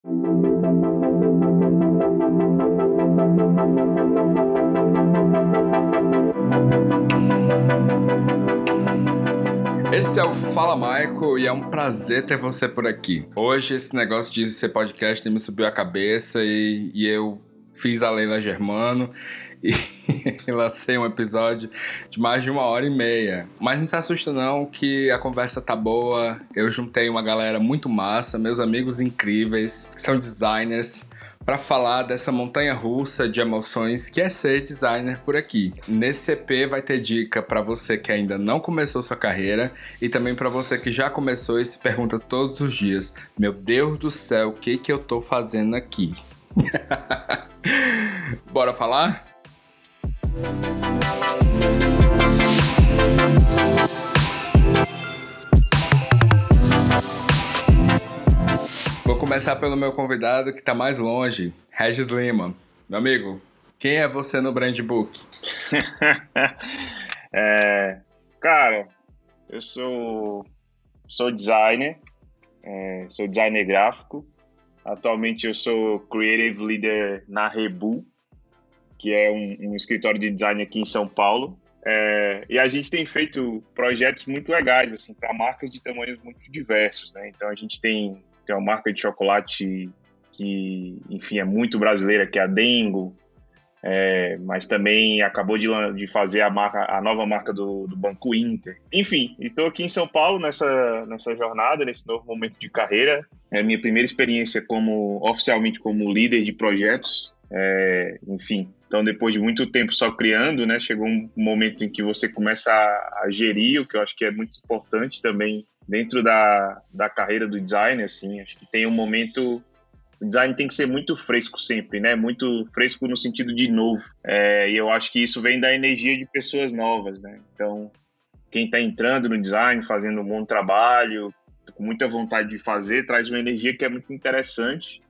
Esse é o Fala Michael e é um prazer ter você por aqui. Hoje esse negócio de ser podcast me subiu a cabeça e eu fiz a Leila Germano e lancei um episódio de mais de 1h30. Mas não se assusta não que a conversa tá boa. Eu juntei uma galera muito massa, meus amigos incríveis, que são designers, para falar dessa montanha-russa de emoções que é ser designer por aqui. Nesse EP vai ter dica para você que ainda não começou sua carreira e também para você que já começou e se pergunta todos os dias: meu Deus do céu, o que eu tô fazendo aqui? Bora falar? Vou começar pelo meu convidado que está mais longe, Regis Lima. Meu amigo, quem é você no Brand Book? Cara, eu sou designer, sou designer gráfico. Atualmente eu sou Creative Leader na Rebu, que é um escritório de design aqui em São Paulo. E a gente tem feito projetos muito legais, assim, para marcas de tamanhos muito diversos, né? Então a gente tem uma marca de chocolate que, enfim, é muito brasileira, que é a Dengo, mas também acabou de fazer a nova marca do Banco Inter. Enfim, estou aqui em São Paulo nessa jornada, nesse novo momento de carreira. É a minha primeira experiência oficialmente como líder de projetos. Enfim, então depois de muito tempo só criando, né, chegou um momento em que você começa a gerir, o que eu acho que é muito importante também dentro da carreira do design, assim. Acho que tem um momento... O design tem que ser muito fresco sempre, né? Muito fresco no sentido de novo. E eu acho que isso vem da energia de pessoas novas, né? Então, quem está entrando no design, fazendo um bom trabalho, com muita vontade de fazer, traz uma energia que é muito interessante.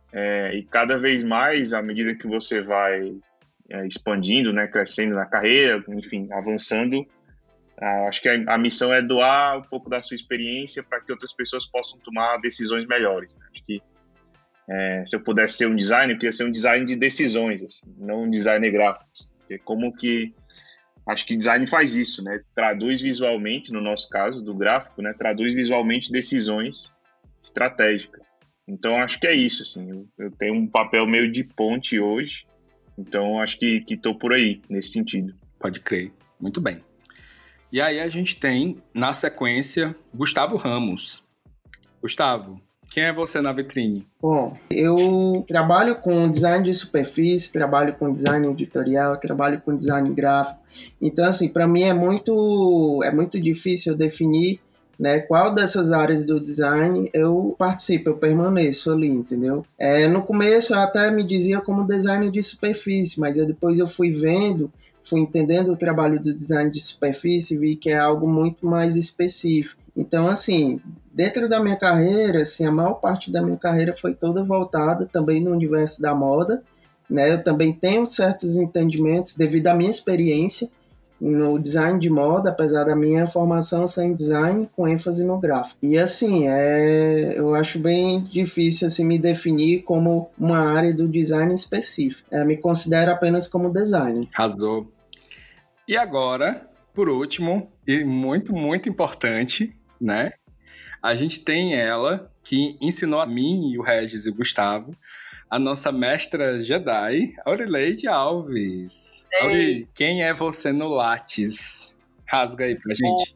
E cada vez mais, à medida que você vai expandindo, né? Crescendo na carreira, enfim, avançando, acho que a missão é doar um pouco da sua experiência para que outras pessoas possam tomar decisões melhores, né? Acho que se eu pudesse ser um designer, eu queria ser um design de decisões, assim, não um designer gráfico. Porque como que... Acho que design faz isso, né? Traduz visualmente, no nosso caso, do gráfico, né? Traduz visualmente decisões estratégicas. Então, acho que é isso, assim. Eu tenho um papel meio de ponte hoje, então acho que estou por aí, nesse sentido. Pode crer. Muito bem. E aí a gente tem, na sequência, Gustavo Ramos. Gustavo, quem é você na vitrine? Bom, eu trabalho com design de superfície, trabalho com design editorial, trabalho com design gráfico. Então, assim, para mim é muito difícil definir, né, qual dessas áreas do design eu participo, eu permaneço ali, entendeu? No começo eu até me dizia como design de superfície, mas depois eu fui entendendo o trabalho do design de superfície e vi que é algo muito mais específico. Então, assim, dentro da minha carreira, assim, a maior parte da minha carreira foi toda voltada também no universo da moda, né? Eu também tenho certos entendimentos devido à minha experiência no design de moda, apesar da minha formação ser em design com ênfase no gráfico. E assim, eu acho bem difícil assim, me definir como uma área do design específica. Me considero apenas como designer. Arrasou. E agora, por último, e muito, muito importante, né? A gente tem ela, que ensinou a mim, e o Regis e o Gustavo, a nossa mestra Jedi, Aurileide Alves. Auri, quem é você no Lattes? Rasga aí pra gente.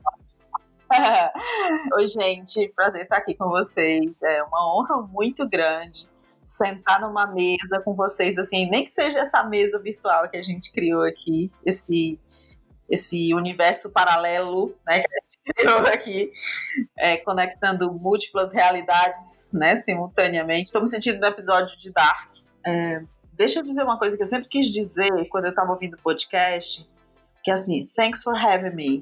Oi, gente, prazer estar aqui com vocês. É uma honra muito grande sentar numa mesa com vocês, assim, nem que seja essa mesa virtual que a gente criou aqui, esse universo paralelo, né, que a gente criou aqui, conectando múltiplas realidades, né, simultaneamente. Estou me sentindo no episódio de Dark. Deixa eu dizer uma coisa que eu sempre quis dizer quando eu estava ouvindo o podcast, que é assim, thanks for having me.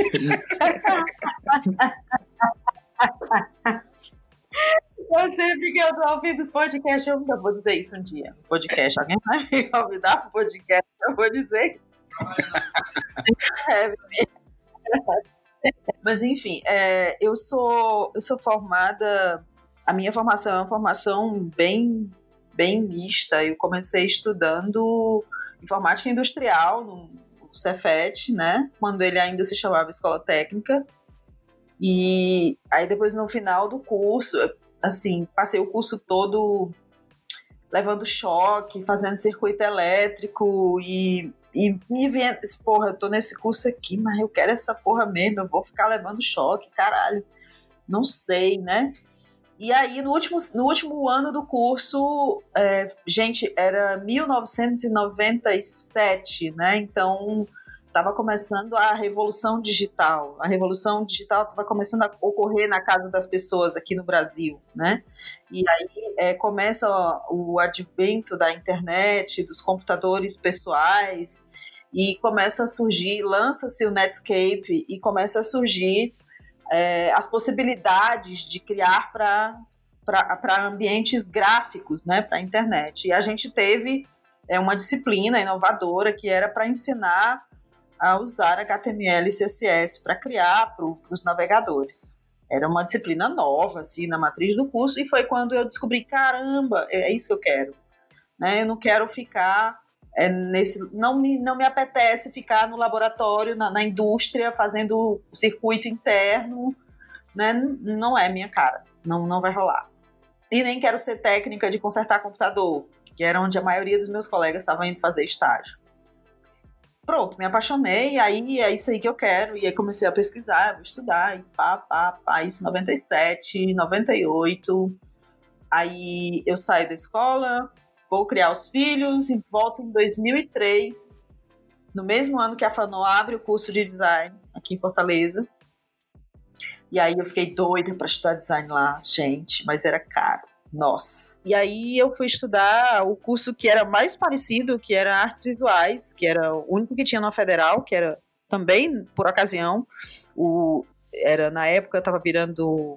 Eu sempre que eu tô ouvindo os podcasts, eu ainda vou dizer isso um dia. Podcast, alguém vai me convidar pro podcast, eu vou dizer Mas enfim, eu sou formada a minha formação é uma formação bem mista. Eu comecei estudando informática industrial no Cefet, né? Quando ele ainda se chamava Escola Técnica. E aí depois, no final do curso, assim, passei o curso todo levando choque, fazendo circuito elétrico e me vendo, porra, eu tô nesse curso aqui, mas eu quero essa porra mesmo, eu vou ficar levando choque, caralho. Não sei, né? E aí, no último ano do curso, gente, era 1997, né? Então, estava começando a Revolução Digital. A Revolução Digital estava começando a ocorrer na casa das pessoas aqui no Brasil, né? E aí começa o advento da internet, dos computadores pessoais, e começa a surgir, lança-se o Netscape, e começa a surgir as possibilidades de criar para ambientes gráficos, né, para a internet. E a gente teve uma disciplina inovadora que era para ensinar a usar HTML e CSS para criar para os navegadores. Era uma disciplina nova, assim, na matriz do curso, e foi quando eu descobri, caramba, é isso que eu quero. Né? Eu não quero ficar não me apetece ficar no laboratório, na indústria, fazendo circuito interno, né? Não é minha cara, não vai rolar. E nem quero ser técnica de consertar computador, que era onde a maioria dos meus colegas estavam indo fazer estágio. Pronto, me apaixonei, e aí é isso aí que eu quero, e aí comecei a pesquisar, vou estudar, e isso em 97, 98, aí eu saio da escola, vou criar os filhos e volto em 2003, no mesmo ano que a Fanon abre o curso de design aqui em Fortaleza. E aí eu fiquei doida para estudar design lá, gente, mas era caro. Nossa. E aí eu fui estudar o curso que era mais parecido, que era artes visuais, que era o único que tinha na Federal, que era também, por ocasião, era na época, estava virando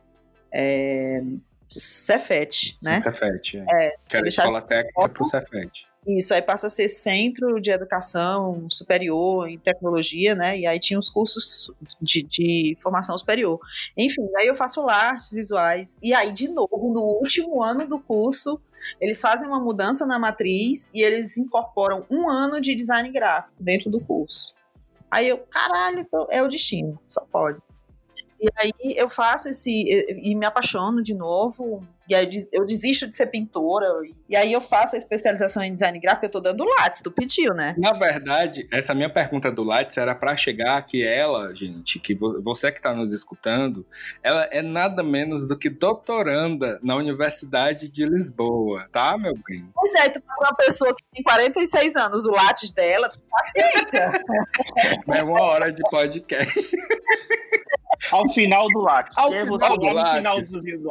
Cefet, né? Cefet, que era a escola técnica para o Cefet. Isso, aí passa a ser Centro de Educação Superior em Tecnologia, né? E aí tinha os cursos de formação superior. Enfim, aí eu faço lá artes visuais. E aí, de novo, no último ano do curso, eles fazem uma mudança na matriz e eles incorporam 1 ano de design gráfico dentro do curso. Aí eu, caralho, é o destino, só pode. E aí eu faço e me apaixono de novo, e aí eu desisto de ser pintora, e aí eu faço a especialização em design gráfico. Eu tô dando Lattes, tu pediu, né? Na verdade, essa minha pergunta do Lattes era pra chegar que ela, gente, que você que tá nos escutando, ela é nada menos do que doutoranda na Universidade de Lisboa, tá, meu bem? Pois é, tu tá com uma pessoa que tem 46 anos, o Lattes dela, paciência. É 1 hora de podcast. Ao final do Lattes. Ao final do Lattes.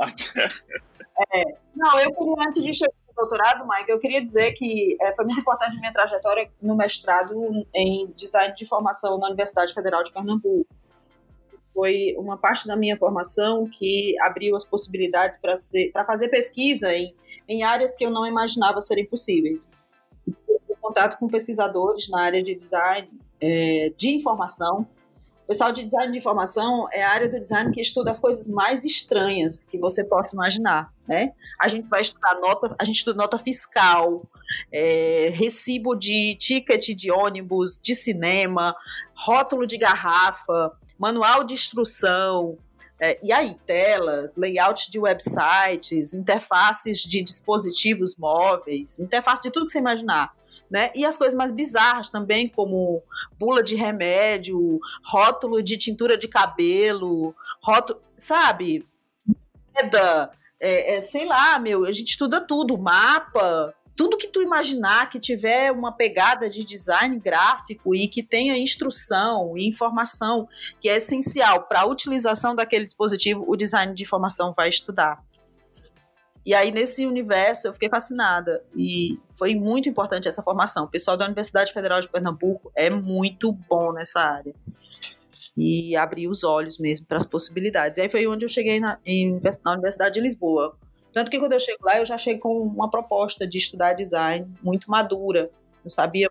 Não, eu queria, antes de chegar no doutorado, Mike, eu queria dizer que foi muito importante a minha trajetória no mestrado em design de informação na Universidade Federal de Pernambuco. Foi uma parte da minha formação que abriu as possibilidades para fazer pesquisa em áreas que eu não imaginava serem possíveis. Eu contato com pesquisadores na área de design de informação. O pessoal de design de informação é a área do design que estuda as coisas mais estranhas que você possa imaginar, né? A gente vai estudar a gente estuda nota fiscal, recibo de ticket de ônibus, de cinema, rótulo de garrafa, manual de instrução, e aí telas, layout de websites, interfaces de dispositivos móveis, interface de tudo que você imaginar. Né? E as coisas mais bizarras também, como bula de remédio, rótulo de tintura de cabelo, rótulo, sabe? Sei lá, a gente estuda tudo, mapa, tudo que tu imaginar que tiver uma pegada de design gráfico e que tenha instrução e informação que é essencial para a utilização daquele dispositivo, o design de informação vai estudar. E aí, nesse universo, eu fiquei fascinada. E foi muito importante essa formação. O pessoal da Universidade Federal de Pernambuco é muito bom nessa área. E abriu os olhos mesmo para as possibilidades. E aí foi onde eu cheguei na Universidade de Lisboa. Tanto que quando eu chego lá, eu já chego com uma proposta de estudar design muito madura. Eu sabia muito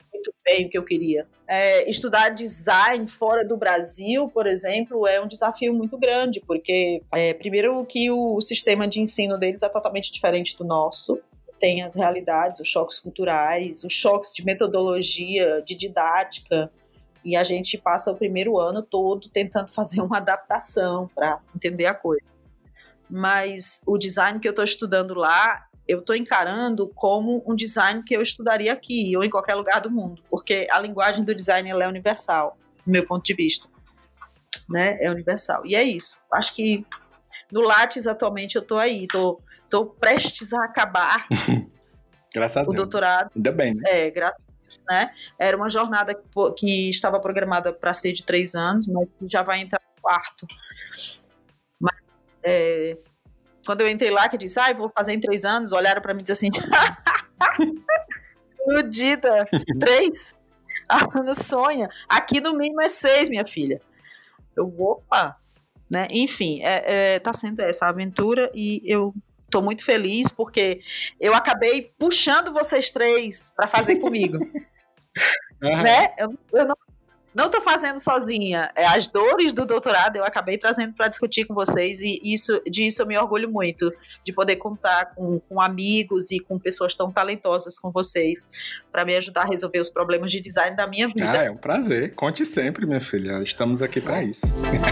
bem o que eu queria. Estudar design fora do Brasil, por exemplo, é um desafio muito grande, porque, primeiro, que o sistema de ensino deles é totalmente diferente do nosso. Tem as realidades, os choques culturais, os choques de metodologia, de didática, e a gente passa o primeiro ano todo tentando fazer uma adaptação para entender a coisa. Mas o design que eu estou estudando lá, eu estou encarando como um design que eu estudaria aqui ou em qualquer lugar do mundo, porque a linguagem do design ela é universal, do meu ponto de vista, né? É universal. E é isso. Acho que no Lattes atualmente eu estou aí, estou prestes a acabar Graças a Deus. O doutorado. Ainda bem, né? Graças a Deus, né? Era uma jornada que estava programada para ser de 3 anos, mas que já vai entrar no 4º. Mas quando eu entrei lá, que eu disse, vou fazer em 3 anos, olharam para mim e disseram assim, iludida, 3? Não sonha. Aqui no mínimo é 6, minha filha. Opa! Né? Enfim, tá sendo essa aventura e eu tô muito feliz porque eu acabei puxando vocês 3 para fazer comigo. Né? Eu não tô fazendo sozinha. As dores do doutorado eu acabei trazendo para discutir com vocês e disso eu me orgulho muito, de poder contar com amigos e com pessoas tão talentosas como vocês para me ajudar a resolver os problemas de design da minha vida. É um prazer. Conte sempre, minha filha. Estamos aqui para isso.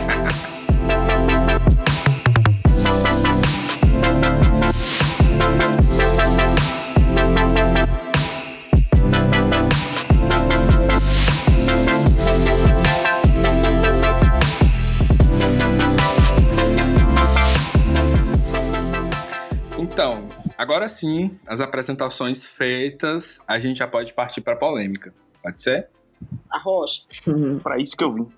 Então, agora sim, as apresentações feitas, a gente já pode partir para a polêmica. Pode ser? Arrocha. Para isso que eu vim.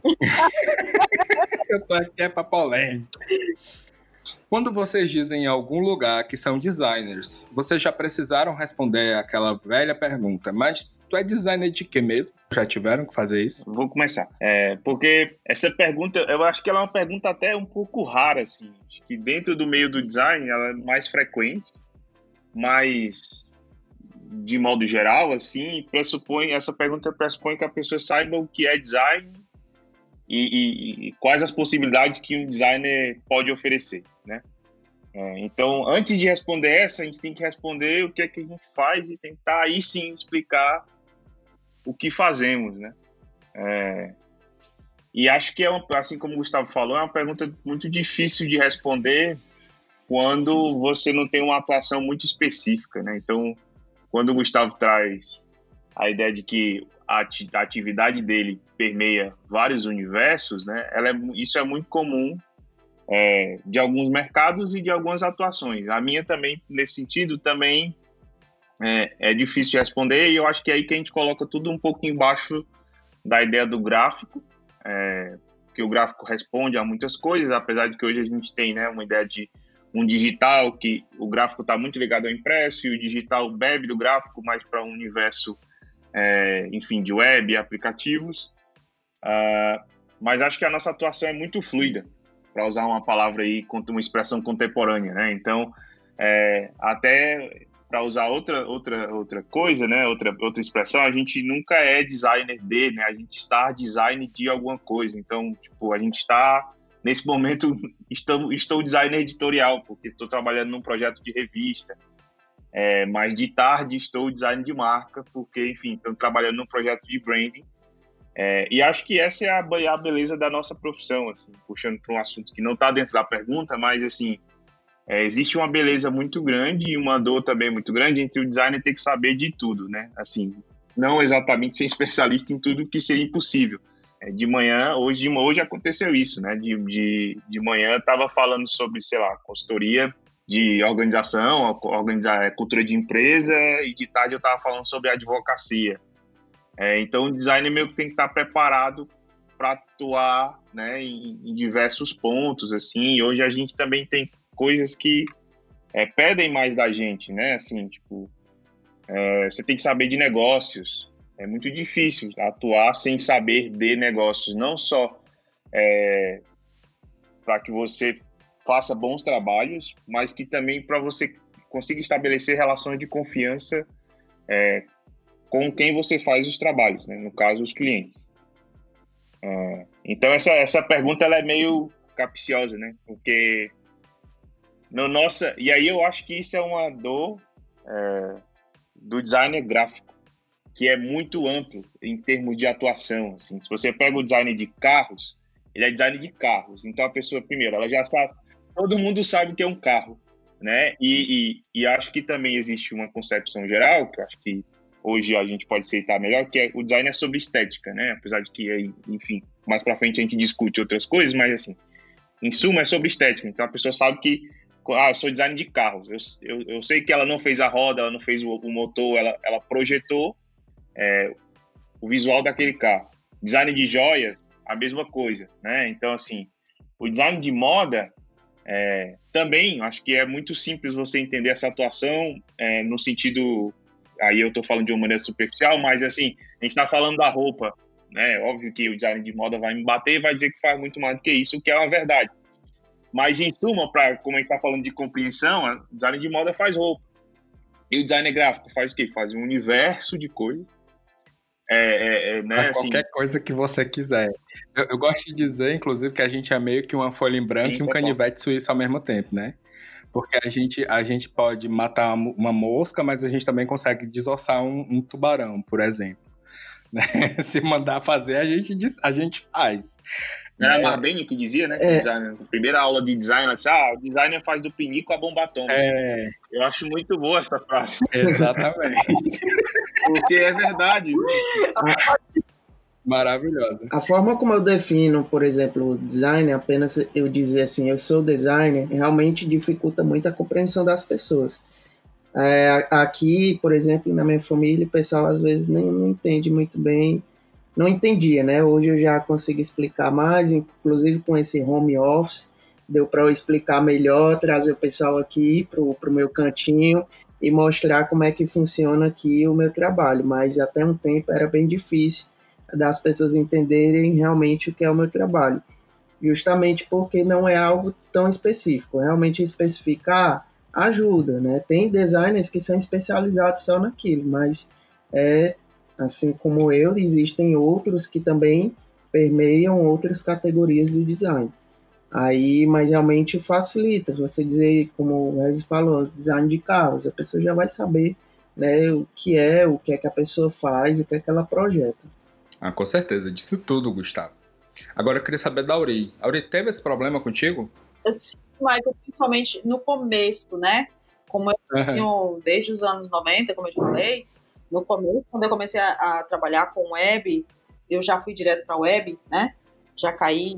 Eu tô aqui para polêmica. Quando vocês dizem em algum lugar que são designers, vocês já precisaram responder aquela velha pergunta, mas tu é designer de quê mesmo? Já tiveram que fazer isso? Vou começar. Porque essa pergunta, eu acho que ela é uma pergunta até um pouco rara, assim. Acho que dentro do meio do design ela é mais frequente, mas de modo geral, assim, essa pergunta pressupõe que a pessoa saiba o que é design e quais as possibilidades que um designer pode oferecer, né? Então, antes de responder essa, a gente tem que responder o que é que a gente faz e tentar aí sim explicar o que fazemos, né? E acho que assim como o Gustavo falou, é uma pergunta muito difícil de responder quando você não tem uma atuação muito específica, né? Então, quando o Gustavo traz a ideia de que a atividade dele permeia vários universos, né? Isso é muito comum de alguns mercados e de algumas atuações. A minha também, nesse sentido, também é difícil de responder, e eu acho que é aí que a gente coloca tudo um pouco embaixo da ideia do gráfico, que o gráfico responde a muitas coisas, apesar de que hoje a gente tem, né, uma ideia de um digital, que o gráfico está muito ligado ao impresso, e o digital bebe do gráfico mais para um universo, enfim, de web e aplicativos. Mas acho que a nossa atuação é muito fluida, para usar uma palavra aí, uma expressão contemporânea, né? Então, até para usar outra coisa, né? Outra expressão, a gente nunca é designer de, né? A gente está design de alguma coisa. Então, tipo, a gente está, nesse momento, estou designer editorial, porque estou trabalhando num projeto de revista. Mas de tarde estou design de marca, porque, enfim, estou trabalhando num projeto de branding. E acho que essa é a beleza da nossa profissão, assim, puxando para um assunto que não está dentro da pergunta, mas, assim, existe uma beleza muito grande e uma dor também muito grande entre o designer ter que saber de tudo, né? Assim, não exatamente ser especialista em tudo, que seria impossível. De manhã, hoje aconteceu isso, né? De manhã eu estava falando sobre, sei lá, consultoria de organização, cultura de empresa, e de tarde eu estava falando sobre advocacia. Então, o designer meio que tem que estar preparado para atuar, né, em diversos pontos, assim. E hoje a gente também tem coisas que pedem mais da gente, né? Assim, tipo, você tem que saber de negócios. É muito difícil atuar sem saber de negócios, não só para que você faça bons trabalhos, mas que também para você consiga estabelecer relações de confiança com quem você faz os trabalhos, né? No caso, os clientes. Então, essa pergunta ela é meio capciosa, né? Porque e aí eu acho que isso é uma dor do designer gráfico, que é muito amplo em termos de atuação. Assim. Se você pega o design de carros, ele é design de carros. Então, a pessoa, primeiro, ela já sabe, todo mundo sabe o que é um carro, né? E acho que também existe uma concepção geral, que eu acho que hoje a gente pode aceitar melhor, que o design é sobre estética, né? Apesar de que, enfim, mais pra frente a gente discute outras coisas, mas, assim, em suma, é sobre estética. Então, a pessoa sabe que eu sou design de carros. Eu sei que ela não fez a roda, ela não fez o motor, ela projetou o visual daquele carro. Design de joias, a mesma coisa, né? Então, assim, o design de moda também, acho que é muito simples você entender essa atuação no sentido, aí eu tô falando de uma maneira superficial, mas, assim, a gente tá falando da roupa, né? Óbvio que o design de moda vai me bater e vai dizer que faz muito mais do que isso, o que é uma verdade. Mas, em suma, como a gente está falando de compreensão, o design de moda faz roupa. E o design gráfico faz o quê? Faz um universo de coisas. Né, assim, qualquer coisa que você quiser. Eu gosto de dizer, inclusive, que a gente é meio que uma folha em branco e um canivete suíço ao mesmo tempo, né? Porque a gente pode matar uma mosca, mas a gente também consegue desossar um tubarão, por exemplo. Né? Se mandar fazer, a gente faz. Era a Marbeni que dizia, né? Designer, primeira aula de design, ela disse, o designer faz do pinico a bomba atômica. Eu acho muito boa essa frase. Exatamente. Porque é verdade. Maravilhosa. A forma como eu defino, por exemplo, o design, apenas eu dizer assim, eu sou designer, realmente dificulta muito a compreensão das pessoas. Aqui, por exemplo, na minha família, o pessoal às vezes não entende muito bem, não entendia, né? Hoje eu já consigo explicar mais, inclusive com esse home office, deu para eu explicar melhor, trazer o pessoal aqui para o meu cantinho e mostrar como é que funciona aqui o meu trabalho, mas até um tempo era bem difícil das pessoas entenderem realmente o que é o meu trabalho, justamente porque não é algo tão específico. Realmente especificar ajuda, né? Tem designers que são especializados só naquilo, mas assim como eu, existem outros que também permeiam outras categorias do design. Mas realmente facilita, você dizer, como o Regis falou, design de carros, a pessoa já vai saber, né, o que é que a pessoa faz, o que é que ela projeta. Com certeza, disse tudo, Gustavo. Agora eu queria saber da Auri. Auri, teve esse problema contigo? Sim, Michael, principalmente no começo, né? Como eu tenho desde os anos 90, como eu falei, no começo, quando eu comecei a trabalhar com web, eu já fui direto para web, né? Já caí.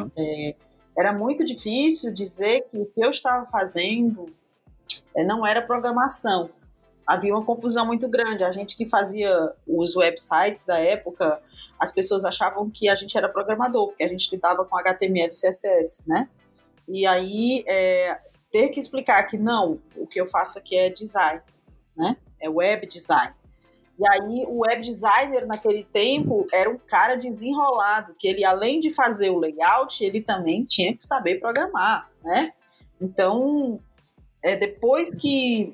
Era muito difícil dizer que o que eu estava fazendo não era programação. Havia uma confusão muito grande. A gente que fazia os websites da época, as pessoas achavam que a gente era programador, porque a gente lidava com HTML e CSS, né? E aí, ter que explicar que não, o que eu faço aqui é design, né? É web design. E aí, o web designer, naquele tempo, era um cara desenrolado, que ele, além de fazer o layout, ele também tinha que saber programar, né? Então, depois que...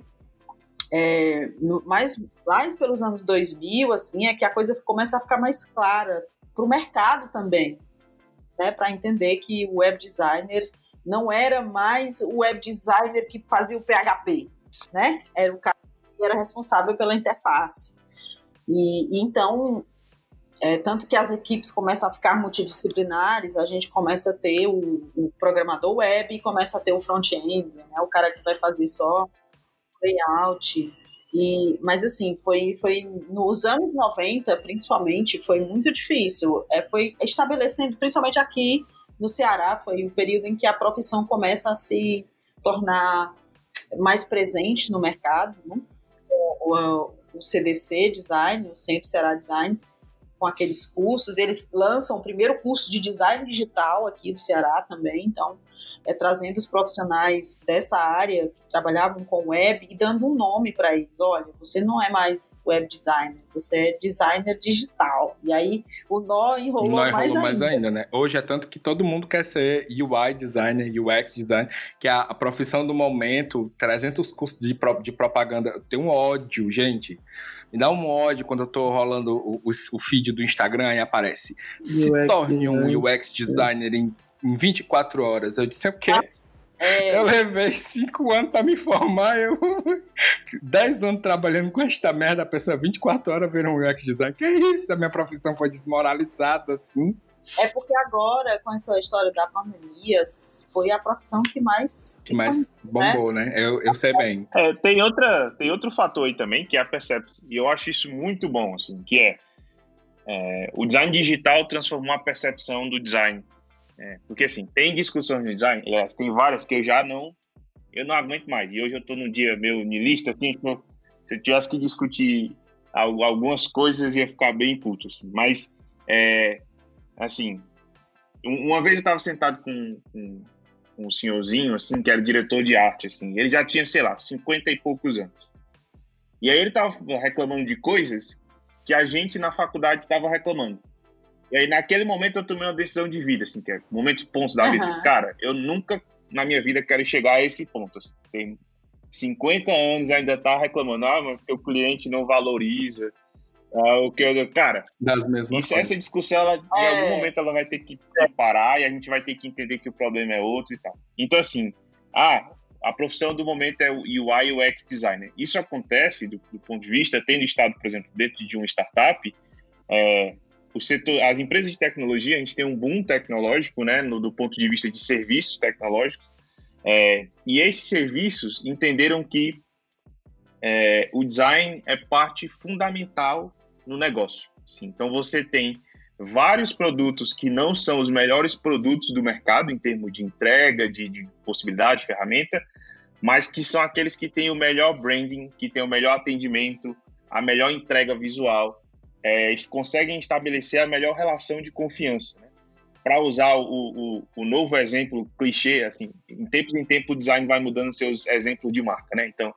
mais pelos anos 2000, assim, é que a coisa começa a ficar mais clara para o mercado também, né? Para entender que o web designer não era mais o web designer que fazia o PHP, né? Era o cara que era responsável pela interface. E então, tanto que as equipes começam a ficar multidisciplinares, a gente começa a ter o programador web e começa a ter o front-end, né? O cara que vai fazer só layout. Mas assim, foi nos anos 90, principalmente, foi muito difícil. Foi estabelecendo, principalmente aqui no Ceará, foi o período em que a profissão começa a se tornar mais presente no mercado, né? O CDC Design, o Centro Ceará Design, com aqueles cursos, eles lançam o primeiro curso de design digital aqui do Ceará também, então trazendo os profissionais dessa área que trabalhavam com web e dando um nome para eles. Olha, você não é mais web designer, você é designer digital. E aí o nó enrolou mais ainda, né? Hoje é tanto que todo mundo quer ser UI designer, UX designer, que é a profissão do momento. 300 cursos de propaganda. Eu tenho um ódio, gente. Me dá um ódio quando eu tô rolando o feed do Instagram e aparece: se torne um UX designer em 24 horas. Eu disse: o quê? Eu levei 5 anos pra me formar, 10 anos trabalhando com esta merda, a pessoa 24 horas vira um UX designer. Que isso? A minha profissão foi desmoralizada, assim. É porque agora, com essa história da pandemia, foi a profissão que mais bombou, né? Eu sei bem. Tem outro fator aí também, que é a percepção. E eu acho isso muito bom, assim, que é o design digital transformou a percepção do design. Porque, assim, tem discussões no design, tem várias que eu não aguento mais. E hoje eu tô num dia meio niilista, assim, se eu tivesse que discutir algumas coisas, ia ficar bem puto, assim. Mas, assim, uma vez eu estava sentado com um senhorzinho, assim, que era diretor de arte, assim. Ele já tinha, sei lá, 50 e poucos anos. E aí ele estava reclamando de coisas que a gente na faculdade estava reclamando. E aí, naquele momento, eu tomei uma decisão de vida, assim, que é momentos pontos da vida. Assim, cara, eu nunca na minha vida quero chegar a esse ponto. Assim, tem 50 anos e ainda tá reclamando, mas porque o cliente não valoriza. Cara, das mesmas coisas. Essa discussão, em algum momento, ela vai ter que parar e a gente vai ter que entender que o problema é outro e tal. Então, assim, a profissão do momento é o UI UX designer. Isso acontece, do ponto de vista, tendo estado, por exemplo, dentro de uma startup, o setor, as empresas de tecnologia, a gente tem um boom tecnológico, né, do ponto de vista de serviços tecnológicos, e esses serviços entenderam que o design é parte fundamental no negócio. Sim, então você tem vários produtos que não são os melhores produtos do mercado em termos de entrega, de possibilidade, de ferramenta, mas que são aqueles que têm o melhor branding, que têm o melhor atendimento, a melhor entrega visual. Eles conseguem estabelecer a melhor relação de confiança, né? Para usar o novo exemplo clichê, assim, em tempo o design vai mudando seus exemplos de marca, né? Então,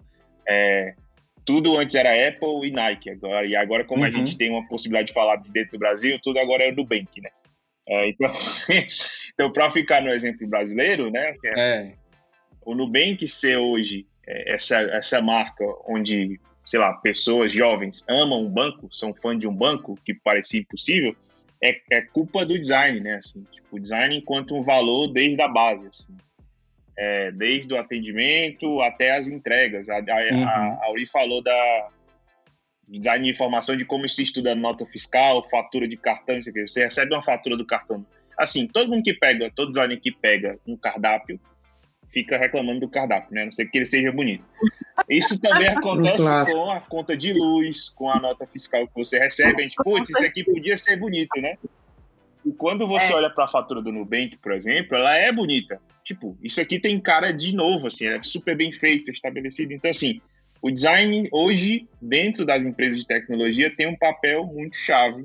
tudo antes era Apple e Nike, agora como a gente tem uma possibilidade de falar de dentro do Brasil, tudo agora é Nubank, né? Então para ficar no exemplo brasileiro, né? Assim, o Nubank ser hoje essa marca onde, sei lá, pessoas jovens amam um banco, são fãs de um banco, que parecia impossível, é culpa do design, né? Assim, tipo, o design enquanto um valor desde a base, assim. Desde o atendimento até as entregas. A Auri falou da design de informação, de como se estuda nota fiscal, fatura de cartão, não sei o que. Você recebe uma fatura do cartão. Assim, todo designer que pega um cardápio fica reclamando do cardápio, né? A não ser que ele seja bonito. Isso também acontece com a conta de luz, com a nota fiscal que você recebe. A gente, putz, isso aqui podia ser bonito, né? E quando você olha para a fatura do Nubank, por exemplo, ela é bonita. Tipo, isso aqui tem cara de novo, assim, é super bem feito, estabelecido. Então, assim, o design hoje, dentro das empresas de tecnologia, tem um papel muito chave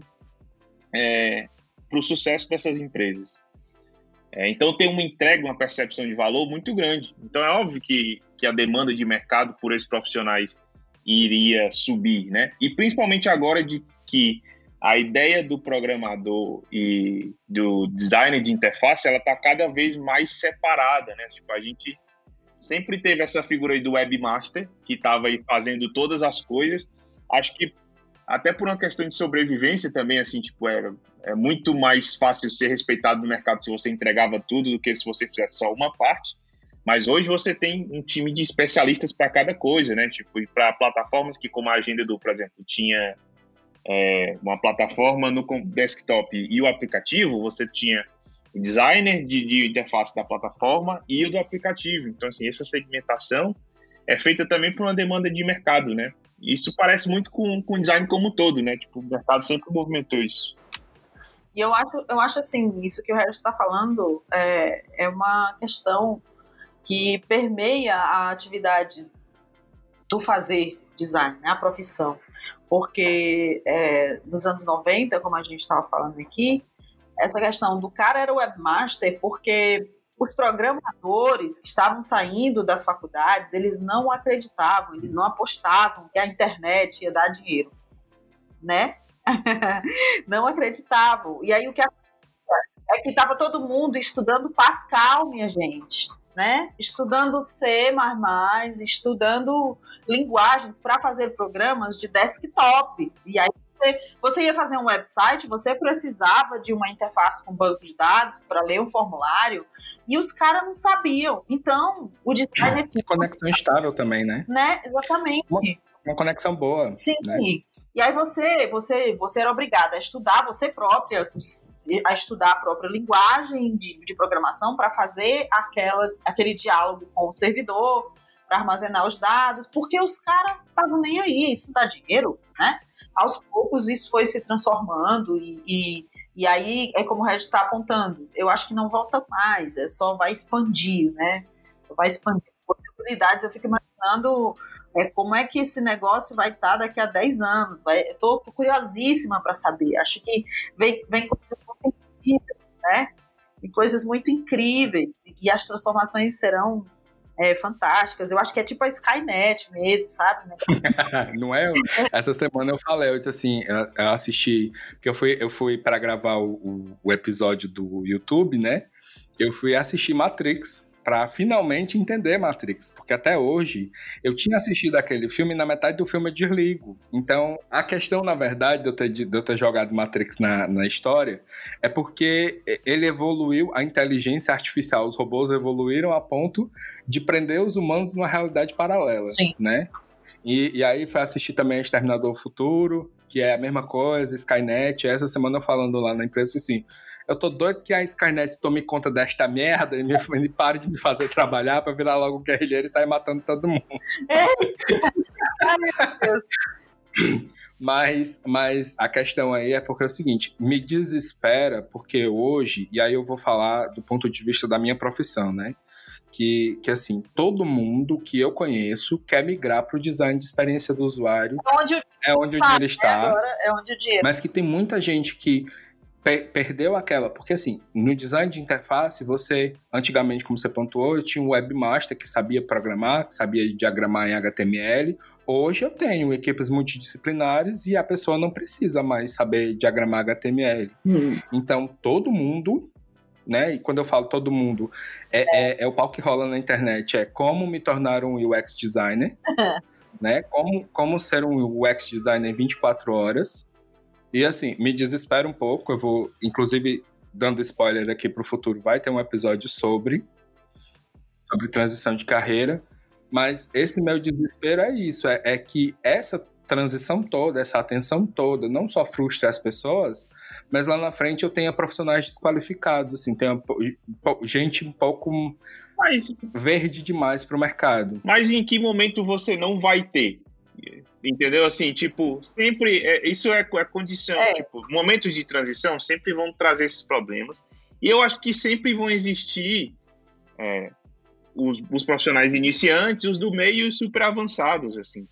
para o sucesso dessas empresas. Então, tem uma entrega, uma percepção de valor muito grande. Então, é óbvio que a demanda de mercado por esses profissionais iria subir, né? E principalmente agora de que a ideia do programador e do designer de interface, ela está cada vez mais separada, né? Tipo, a gente sempre teve essa figura aí do webmaster, que estava aí fazendo todas as coisas. Acho que até por uma questão de sobrevivência também, assim, tipo, é muito mais fácil ser respeitado no mercado se você entregava tudo do que se você fizesse só uma parte. Mas hoje você tem um time de especialistas para cada coisa, né? Tipo, e para plataformas que, como a Agenda por exemplo, tinha uma plataforma no desktop e o aplicativo, você tinha o designer de interface da plataforma e o do aplicativo. Então, assim, essa segmentação é feita também por uma demanda de mercado, né? Isso parece muito com o design como um todo, né? Tipo, o mercado sempre movimentou isso. E eu acho assim, isso que o Regis está falando é uma questão que permeia a atividade do fazer design, né? A profissão. Porque nos anos 90, como a gente estava falando aqui, essa questão do cara era webmaster porque os programadores que estavam saindo das faculdades, eles não acreditavam, eles não apostavam que a internet ia dar dinheiro, né? Não acreditavam. E aí o que é que estava todo mundo estudando Pascal, minha gente, né? Estudando C++, estudando linguagens para fazer programas de desktop. E aí você ia fazer um website, você precisava de uma interface com banco de dados para ler um formulário, e os caras não sabiam. Então, o design... Conexão estável também, né? Exatamente. Uma conexão boa. Sim. Né? E aí você era obrigada a estudar você própria, a estudar a própria linguagem de programação para fazer aquele diálogo com o servidor, para armazenar os dados, porque os caras estavam nem aí, isso dá dinheiro, né? Aos poucos isso foi se transformando e aí é como o Regis está apontando, eu acho que não volta mais, só vai expandir, né? Só vai expandir possibilidades. Eu fico imaginando como é que esse negócio vai estar daqui a 10 anos. Tô curiosíssima para saber. Acho que vem coisas muito incríveis, né? E coisas muito incríveis, e as transformações serão fantásticas. Eu acho que é tipo a Skynet mesmo, sabe? Não é? Essa semana eu falei, eu disse assim, eu assisti, porque eu fui para gravar o episódio do YouTube, né? Eu fui assistir Matrix, para finalmente entender Matrix, porque até hoje eu tinha assistido aquele filme e na metade do filme eu desligo. Então, a questão, na verdade, de eu ter jogado Matrix na história é porque ele evoluiu, a inteligência artificial, os robôs evoluíram a ponto de prender os humanos numa realidade paralela. Sim. Né? E aí foi assistir também Exterminador do Futuro, que é a mesma coisa, Skynet. Essa semana eu falando lá na empresa assim, eu tô doido que a Skynet tome conta desta merda e pare de me fazer trabalhar pra virar logo guerrilheiro e sair matando todo mundo. Ai, meu Deus. Mas a questão aí é porque é o seguinte, me desespera porque hoje, e aí eu vou falar do ponto de vista da minha profissão, né? Que assim, todo mundo que eu conheço quer migrar para o design de experiência do usuário. É onde o dinheiro está. Agora é onde o dinheiro. Mas que tem muita gente que perdeu aquela... Porque assim, no design de interface, você, antigamente, como você pontuou, eu tinha um webmaster que sabia programar, que sabia diagramar em HTML. Hoje eu tenho equipes multidisciplinares e a pessoa não precisa mais saber diagramar HTML. Então, todo mundo... Né? E quando eu falo todo mundo, é o pau que rola na internet, é como me tornar um UX designer, né? Como ser um UX designer em 24 horas. E assim, me desespera um pouco, eu vou, inclusive, dando spoiler aqui pro futuro, vai ter um episódio sobre transição de carreira, mas esse meu desespero é isso, é que essa transição toda, essa atenção toda, não só frustra as pessoas, mas lá na frente eu tenho profissionais desqualificados, assim, tem gente um pouco verde demais pro mercado. Mas em que momento você não vai ter? Entendeu? Assim, tipo, sempre... isso é condição. Tipo, momentos de transição sempre vão trazer esses problemas. E eu acho que sempre vão existir os profissionais iniciantes, os do meio e os super avançados, assim.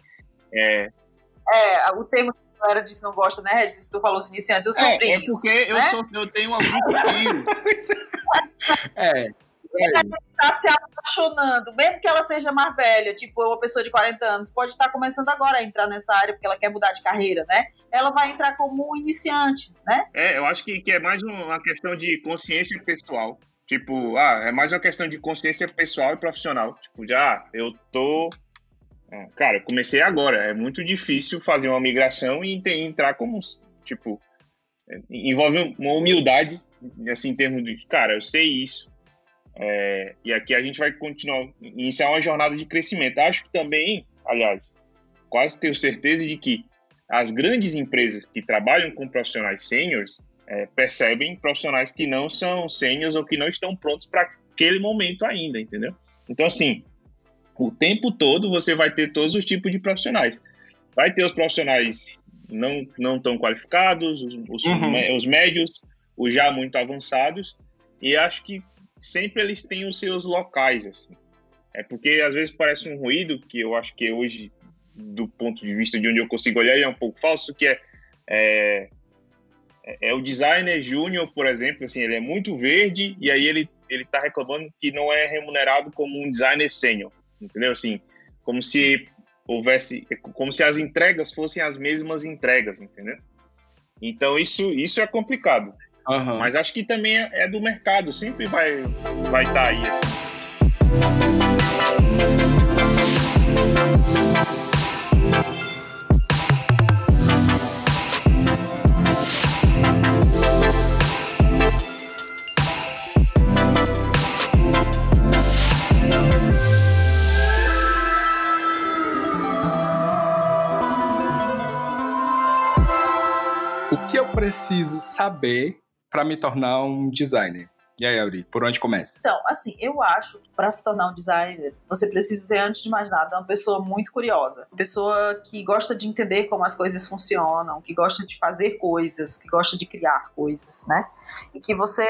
O termo que a galera disse não gosta, né, Regis? Tu falou os iniciantes, os sobrinhos. É porque né? eu tenho alguns filhos. Ela está se apaixonando, mesmo que ela seja mais velha, tipo uma pessoa de 40 anos, pode estar começando agora a entrar nessa área porque ela quer mudar de carreira, né? Ela vai entrar como um iniciante, né? Eu acho que é mais uma questão de consciência pessoal. Tipo, é mais uma questão de consciência pessoal e profissional. Tipo, eu tô... Cara, eu comecei agora. É muito difícil fazer uma migração e entrar como... Tipo, envolve uma humildade, assim, em termos de... Cara, eu sei isso. E aqui a gente vai continuar, iniciar uma jornada de crescimento. Acho que também, aliás, quase tenho certeza de que as grandes empresas que trabalham com profissionais sêniores percebem profissionais que não são sêniores ou que não estão prontos para aquele momento ainda, entendeu? Então, assim, o tempo todo você vai ter todos os tipos de profissionais. Vai ter os profissionais não tão qualificados, os médios, os já muito avançados, e acho que sempre eles têm os seus locais, assim. Porque às vezes parece um ruído, que eu acho que hoje, do ponto de vista de onde eu consigo olhar, ele é um pouco falso, que é o designer júnior, por exemplo, assim, ele é muito verde, e aí ele ele tá reclamando que não é remunerado como um designer sênior, entendeu? Assim, como se as entregas fossem as mesmas entregas, entendeu? Então isso é complicado. Uhum. Mas acho que também é do mercado, sempre vai estar aí, assim. O que eu preciso saber para me tornar um designer? E aí, Auri, por onde começa? Então, assim, eu acho que para se tornar um designer, você precisa ser, antes de mais nada, uma pessoa muito curiosa. Uma pessoa que gosta de entender como as coisas funcionam, que gosta de fazer coisas, que gosta de criar coisas, né? E que você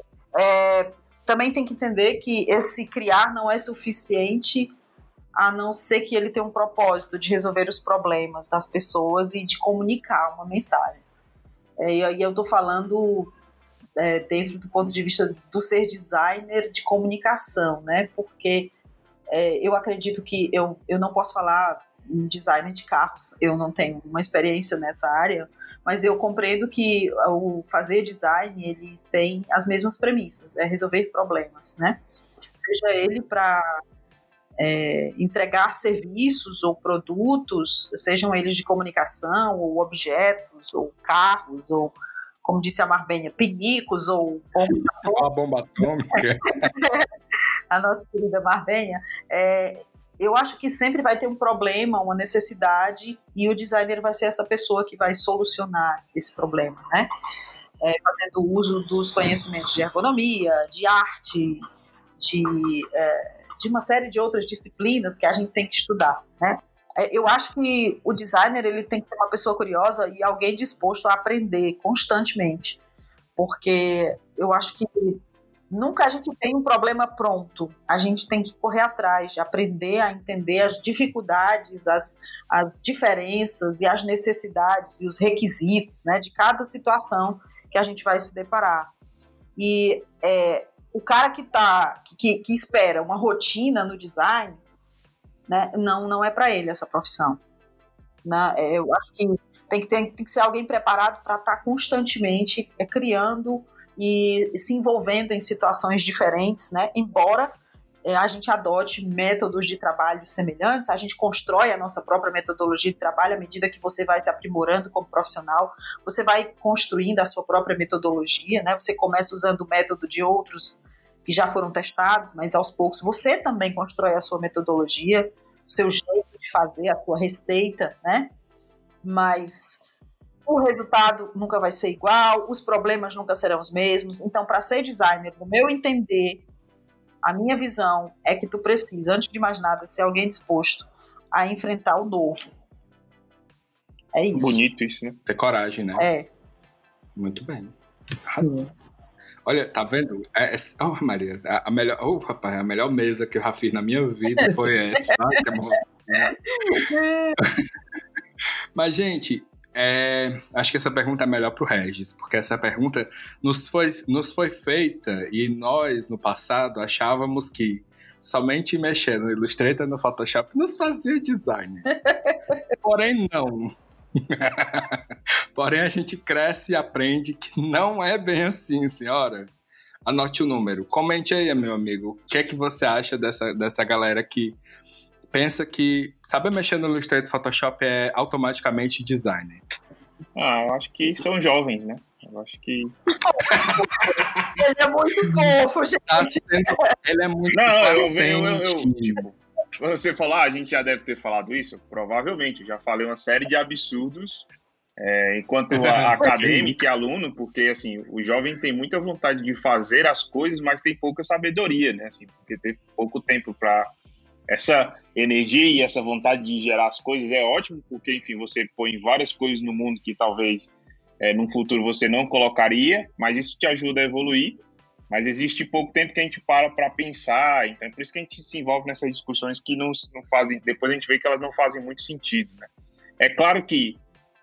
também tem que entender que esse criar não é suficiente, a não ser que ele tenha um propósito de resolver os problemas das pessoas e de comunicar uma mensagem. E aí eu estou falando dentro do ponto de vista do ser designer de comunicação, né? Porque eu acredito que eu não posso falar em designer de carros, eu não tenho uma experiência nessa área, mas eu compreendo que o fazer design, ele tem as mesmas premissas, é resolver problemas, né? Seja ele para entregar serviços ou produtos, sejam eles de comunicação, ou objetos, ou carros, ou, como disse a Marbenha, pinicos, ou bomba atômica. A nossa querida Marbenha, eu acho que sempre vai ter um problema, uma necessidade, e o designer vai ser essa pessoa que vai solucionar esse problema, né? Fazendo uso dos conhecimentos de ergonomia, de arte, de uma série de outras disciplinas que a gente tem que estudar, né? Eu acho que o designer, ele tem que ser uma pessoa curiosa e alguém disposto a aprender constantemente, porque eu acho que nunca a gente tem um problema pronto, a gente tem que correr atrás, de aprender a entender as dificuldades, as diferenças e as necessidades e os requisitos, né, de cada situação que a gente vai se deparar. E o cara que espera uma rotina no design, né, não é para ele essa profissão. Né? Eu acho que tem que ser alguém preparado para estar constantemente criando e se envolvendo em situações diferentes, né? Embora a gente adote métodos de trabalho semelhantes, a gente constrói a nossa própria metodologia de trabalho à medida que você vai se aprimorando como profissional, você vai construindo a sua própria metodologia, né? Você começa usando o método de outros que já foram testados, mas aos poucos você também constrói a sua metodologia, o seu jeito de fazer, a sua receita, né? Mas o resultado nunca vai ser igual, os problemas nunca serão os mesmos. Então, para ser designer, no meu entender, a minha visão é que tu precisa, antes de mais nada, ser alguém disposto a enfrentar o novo. É isso. Bonito isso, né? Ter coragem, né? Muito bem. Arrasou. Olha, tá vendo? Oh, Maria, rapaz, a melhor mesa que eu já fiz na minha vida foi essa. Mas, gente, acho que essa pergunta é melhor pro Regis, porque essa pergunta nos foi feita e nós, no passado, achávamos que somente mexer no Illustrator e no Photoshop nos fazia designers. Porém, não. Porém, a gente cresce e aprende que não é bem assim, senhora. Anote o número. Comente aí, meu amigo. O que é que você acha dessa galera que pensa que saber mexer no Illustrator e Photoshop é automaticamente designer? Eu acho que são jovens, né? Eu acho que... Ele é muito fofo, gente. Ele é muito tipo, você falar, a gente já deve ter falado isso? Provavelmente. Eu já falei uma série de absurdos enquanto acadêmico e aluno, porque assim, o jovem tem muita vontade de fazer as coisas, mas tem pouca sabedoria, né? Assim, porque tem pouco tempo para essa energia e essa vontade de gerar as coisas. É ótimo, porque enfim, você põe várias coisas no mundo que talvez no futuro você não colocaria, mas isso te ajuda a evoluir. Mas existe pouco tempo que a gente para pensar, então é por isso que a gente se envolve nessas discussões que não fazem, depois a gente vê que elas não fazem muito sentido, né? É claro que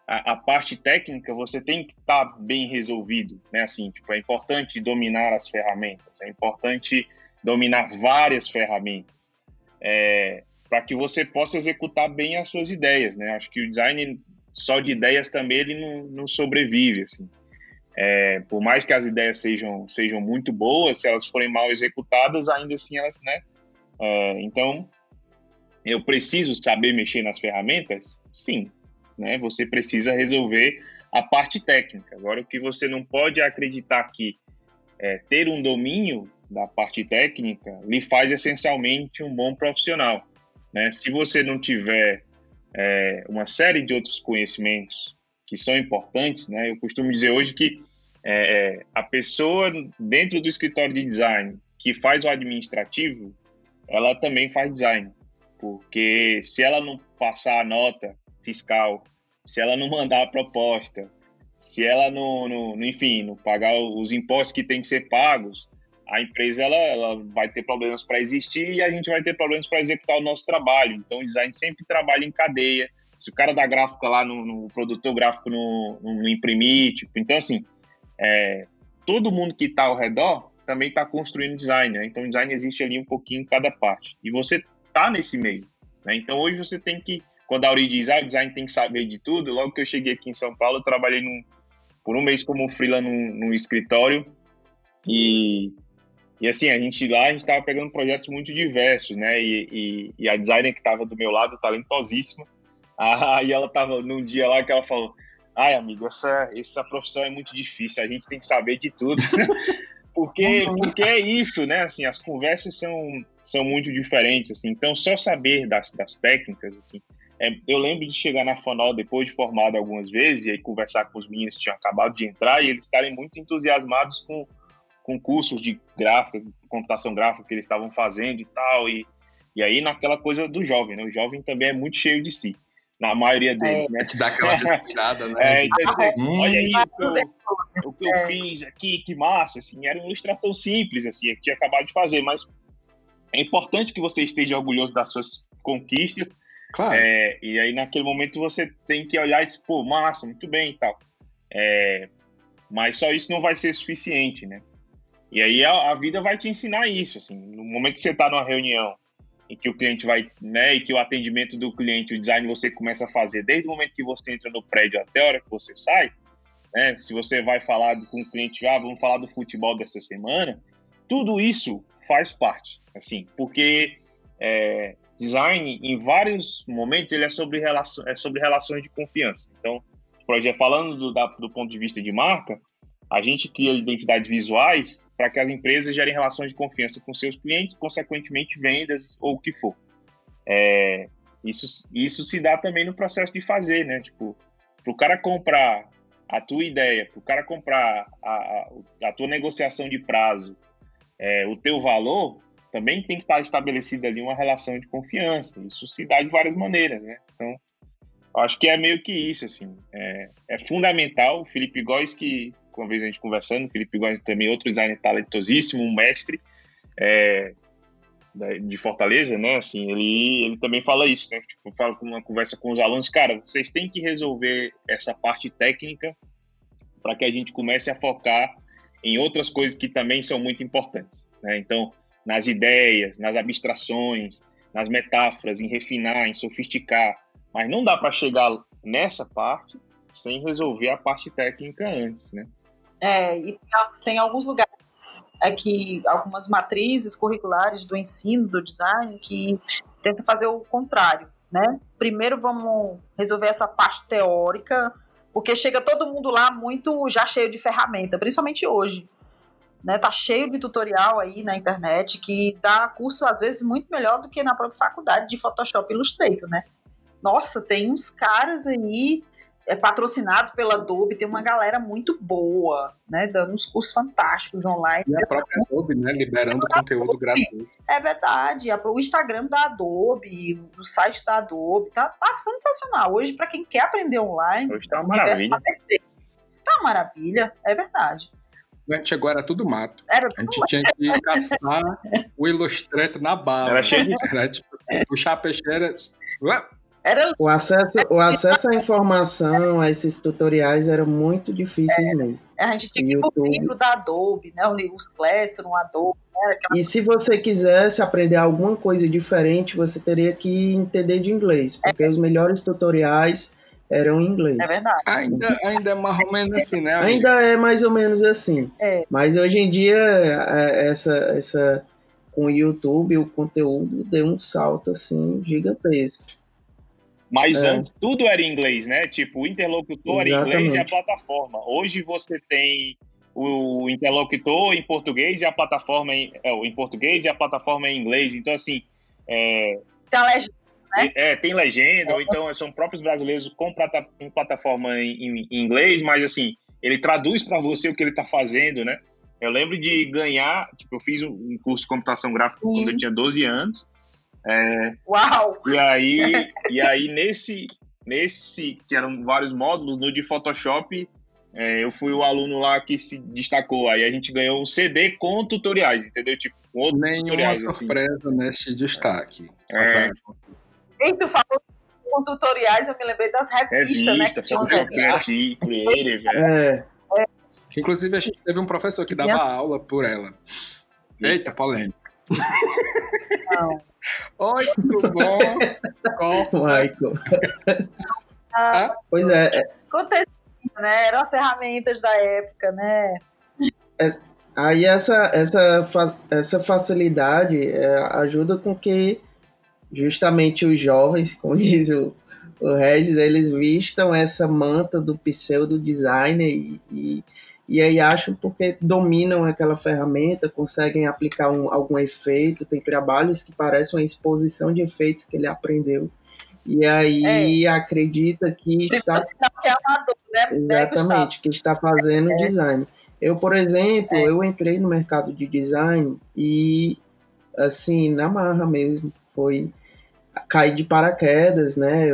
a parte técnica você tem que estar bem resolvido, né? Assim, tipo, é importante dominar as ferramentas, é importante dominar várias ferramentas, para que você possa executar bem as suas ideias, né? Acho que o design só de ideias também ele não sobrevive, assim. Por mais que as ideias sejam muito boas, se elas forem mal executadas, ainda assim elas, né? Então, eu preciso saber mexer nas ferramentas? Sim, né? Você precisa resolver a parte técnica. Agora, o que você não pode acreditar que ter um domínio da parte técnica lhe faz essencialmente um bom profissional, né? Se você não tiver uma série de outros conhecimentos que são importantes, né? Eu costumo dizer hoje que a pessoa dentro do escritório de design que faz o administrativo, ela também faz design, porque se ela não passar a nota fiscal, se ela não mandar a proposta, se ela enfim, não pagar os impostos que tem que ser pagos, a empresa ela vai ter problemas para existir e a gente vai ter problemas para executar o nosso trabalho. Então, o design sempre trabalha em cadeia. Se o cara da gráfica lá, no produtor gráfico não imprimir, tipo, então, assim, todo mundo que está ao redor também está construindo design, né? Então, o design existe ali um pouquinho em cada parte. E você está nesse meio, né? Então, hoje você tem que, quando a Auri diz, o design tem que saber de tudo, logo que eu cheguei aqui em São Paulo, eu trabalhei por um mês como freela num escritório e assim, a gente estava pegando projetos muito diversos, né? E a designer que estava do meu lado, talentosíssima, aí ela estava num dia lá que ela falou, amigo, essa profissão é muito difícil, a gente tem que saber de tudo. porque é isso, né? Assim, as conversas são muito diferentes, assim. Então, só saber das técnicas, assim. Eu lembro de chegar na Fonol depois de formado algumas vezes e aí conversar com os meninos que tinham acabado de entrar e eles estarem muito entusiasmados com cursos de gráfica, computação gráfica que eles estavam fazendo e tal. E aí, naquela coisa do jovem, né? O jovem também é muito cheio de si. Na maioria deles, né? Te dá aquela respirada, né? Olha aí o que eu fiz aqui, que massa, assim, era uma ilustração simples, assim, eu tinha acabado de fazer, mas é importante que você esteja orgulhoso das suas conquistas, claro. E aí naquele momento você tem que olhar e dizer, pô, massa, muito bem e tal, mas só isso não vai ser suficiente, né? E aí a vida vai te ensinar isso, assim, no momento que você está numa reunião em que o cliente vai, né, e que o atendimento do cliente, o design você começa a fazer desde o momento que você entra no prédio até a hora que você sai, né, se você vai falar com o cliente, vamos falar do futebol dessa semana, tudo isso faz parte, assim, porque design, em vários momentos, ele é sobre relações de confiança. Então, falando do ponto de vista de marca, a gente cria identidades visuais para que as empresas gerem relações de confiança com seus clientes, consequentemente vendas ou o que for. Isso se dá também no processo de fazer, né? Tipo, para o cara comprar a tua ideia, para o cara comprar a tua negociação de prazo, o teu valor, também tem que estar estabelecida ali uma relação de confiança. Isso se dá de várias maneiras, né? Então, acho que é meio que isso, assim. É fundamental. O Felipe Góes, que uma vez a gente conversando, o Felipe Góes também outro designer talentosíssimo, um mestre de Fortaleza, né? Assim, ele também fala isso, né? Tipo, eu falo com uma conversa com os alunos, cara, vocês têm que resolver essa parte técnica para que a gente comece a focar em outras coisas que também são muito importantes, né? Então, nas ideias, nas abstrações, nas metáforas, em refinar, em sofisticar, mas não dá para chegar nessa parte sem resolver a parte técnica antes, né? E tem alguns lugares que algumas matrizes curriculares do ensino do design que tentam fazer o contrário, né? Primeiro vamos resolver essa parte teórica, porque chega todo mundo lá muito já cheio de ferramenta, principalmente hoje, né? Tá cheio de tutorial aí na internet que dá curso às vezes muito melhor do que na própria faculdade de Photoshop e Illustrator, né? Nossa, tem uns caras aí patrocinados pela Adobe, tem uma galera muito boa, né, dando uns cursos fantásticos online. E a própria Adobe, né, liberando conteúdo gratuito. É verdade, o Instagram da Adobe, o site da Adobe, tá sensacional. Hoje, para quem quer aprender online, hoje tá uma maravilha. Tá uma maravilha, é verdade. Antes agora era tudo mato. A gente tinha que caçar o Illustrator na bala. Era cheio de... Era tipo, puxar a peixeira... Era O acesso à informação, a esses tutoriais eram muito difíceis mesmo. A gente tinha O que ir pro YouTube. livro da Adobe, né? Os Classroom, Adobe, né? E se você quisesse aprender alguma coisa diferente, você teria que entender de inglês, porque os melhores tutoriais eram em inglês. É verdade. Ainda é mais ou menos assim, né, amigo? Ainda é mais ou menos assim. É. Mas hoje em dia, com o YouTube, o conteúdo deu um salto assim gigantesco. Mas antes tudo era em inglês, né? Tipo, o interlocutor era em inglês e a plataforma. Hoje você tem o interlocutor em português e a plataforma em português e a plataforma em inglês. Então, assim... Tem a legenda, né? Tem legenda, ou então são próprios brasileiros com plataforma em inglês, mas, assim, ele traduz para você o que ele está fazendo, né? Eu lembro de ganhar... Tipo, eu fiz um curso de computação gráfica quando eu tinha 12 anos. Uau! E aí nesse que eram vários módulos, no de Photoshop, eu fui o aluno lá que se destacou. Aí a gente ganhou um CD com tutoriais, entendeu? Tipo, com outros Nenhuma surpresa assim. Nesse destaque. E tu falou com tutoriais, eu me lembrei das revistas, né? Que tinha umas revistas. Creative, Inclusive, a gente teve um professor que dava aula por ela. Eita, polêmica. Não. Oi, tudo bom? Michael. Pois é. Acontecia, né? Eram as ferramentas da época, né? Aí essa facilidade ajuda com que justamente os jovens, como diz o Regis, eles vistam essa manta do pseudo designer e aí acham porque dominam aquela ferramenta, conseguem aplicar algum efeito, tem trabalhos que parecem uma exposição de efeitos que ele aprendeu. E aí acredita que está... Que é amador, né? Exatamente, que está fazendo design. Eu, por exemplo, eu entrei no mercado de design e, assim, na marra mesmo, cair de paraquedas, né?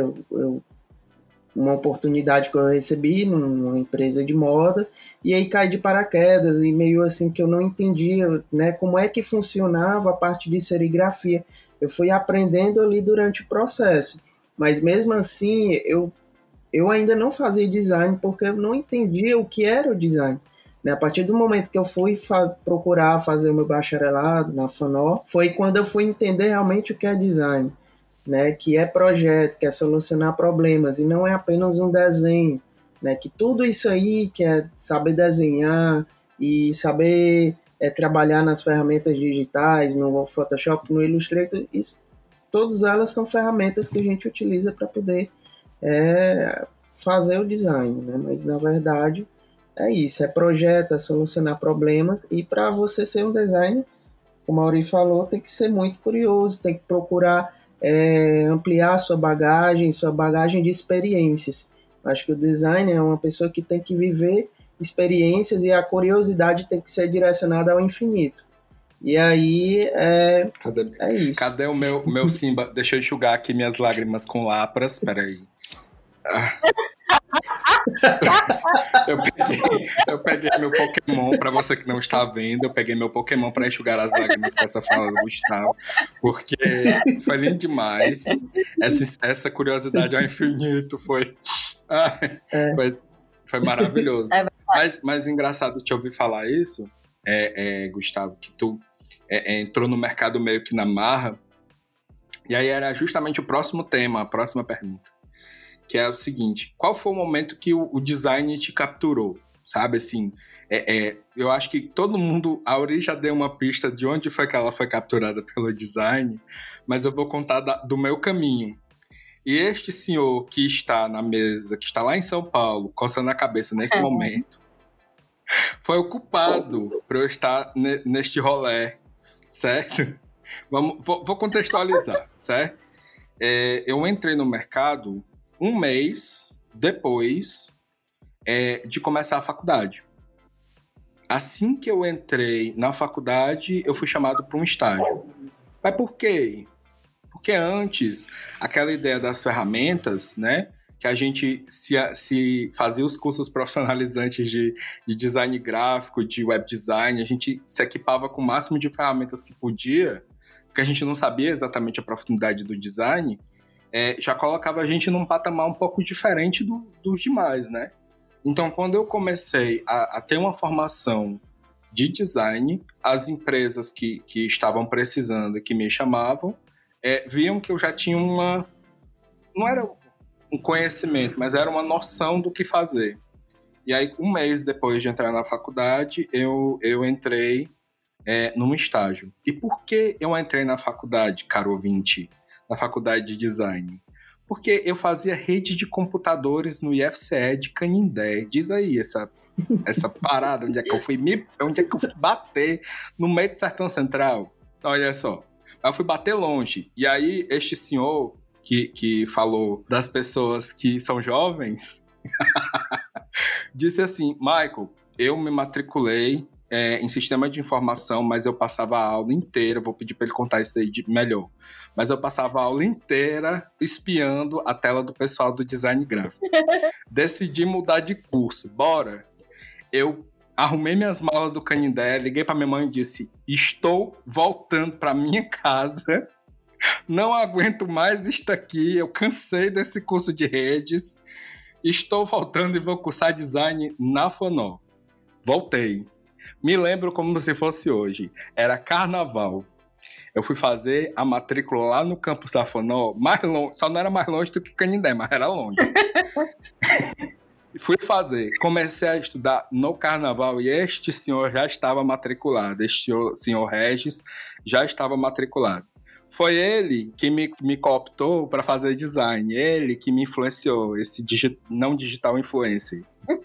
Uma oportunidade que eu recebi numa empresa de moda, e aí caí de paraquedas, e meio assim que eu não entendia, né, como é que funcionava a parte de serigrafia. Eu fui aprendendo ali durante o processo, mas mesmo assim eu ainda não fazia design, porque eu não entendia o que era o design. A partir do momento que eu fui procurar fazer o meu bacharelado na FANO, foi quando eu fui entender realmente o que é design. Né, que é projeto, que é solucionar problemas, e não é apenas um desenho, né, que tudo isso aí, que é saber desenhar e saber trabalhar nas ferramentas digitais, no Photoshop, no Illustrator, todas elas são ferramentas que a gente utiliza para poder fazer o design, né, mas na verdade é isso, é projeto, é solucionar problemas, e para você ser um designer, como a Auri falou, tem que ser muito curioso, tem que procurar ampliar sua bagagem de experiências. Acho que o designer é uma pessoa que tem que viver experiências e a curiosidade tem que ser direcionada ao infinito. E aí é isso. Cadê o meu Simba? Deixa eu enxugar aqui minhas lágrimas com Lapras, peraí. Eu peguei meu Pokémon, pra você que não está vendo, eu peguei meu Pokémon pra enxugar as lágrimas com essa fala do Gustavo, porque foi lindo demais. Essa curiosidade ao infinito foi maravilhoso. Mas engraçado te ouvir falar isso, Gustavo, que tu entrou no mercado meio que na marra, e aí era justamente o próximo tema, a próxima pergunta, que é o seguinte: qual foi o momento que o design te capturou? Sabe, assim, eu acho que todo mundo, a Auri já deu uma pista de onde foi que ela foi capturada pelo design, mas eu vou contar do meu caminho. E este senhor que está na mesa, que está lá em São Paulo, coçando a cabeça nesse momento, foi o culpado por eu estar neste rolê, certo? Vou contextualizar, certo? Eu entrei no mercado um mês depois de começar a faculdade. Assim que eu entrei na faculdade, eu fui chamado para um estágio. Mas por quê? Porque antes, aquela ideia das ferramentas, né, que a gente se fazia os cursos profissionalizantes de design gráfico, de web design, a gente se equipava com o máximo de ferramentas que podia, porque a gente não sabia exatamente a profundidade do design. já colocava a gente num patamar um pouco diferente dos demais, né? Então, quando eu comecei a ter uma formação de design, as empresas que estavam precisando, que me chamavam, viam que eu já tinha não era um conhecimento, mas era uma noção do que fazer. E aí, um mês depois de entrar na faculdade, eu entrei num estágio. E por que eu entrei na faculdade, caro ouvinte? Na faculdade de design? Porque eu fazia rede de computadores no IFCE de Canindé. Diz aí essa parada, onde é que eu fui bater no meio do Sertão Central. Olha só, eu fui bater longe. E aí, este senhor que falou das pessoas que são jovens, disse assim: Michael, eu me matriculei em sistema de informação, mas eu passava a aula inteira, vou pedir para ele contar isso aí melhor, mas eu passava a aula inteira espiando a tela do pessoal do design gráfico. Decidi mudar de curso, bora! Eu arrumei minhas malas do Canindé, liguei para minha mãe e disse: estou voltando para minha casa, não aguento mais isto aqui, eu cansei desse curso de redes, estou voltando e vou cursar design na FONOL. Voltei. Me lembro como se fosse hoje. Era carnaval. Eu fui fazer a matrícula lá no campus da FONOL, mais longe, só não era mais longe do que Canindé, mas era longe. Fui fazer, comecei a estudar no carnaval e este senhor já estava matriculado, este senhor Regis já estava matriculado. Foi ele que me cooptou para fazer design, ele que me influenciou, esse não digital influencer.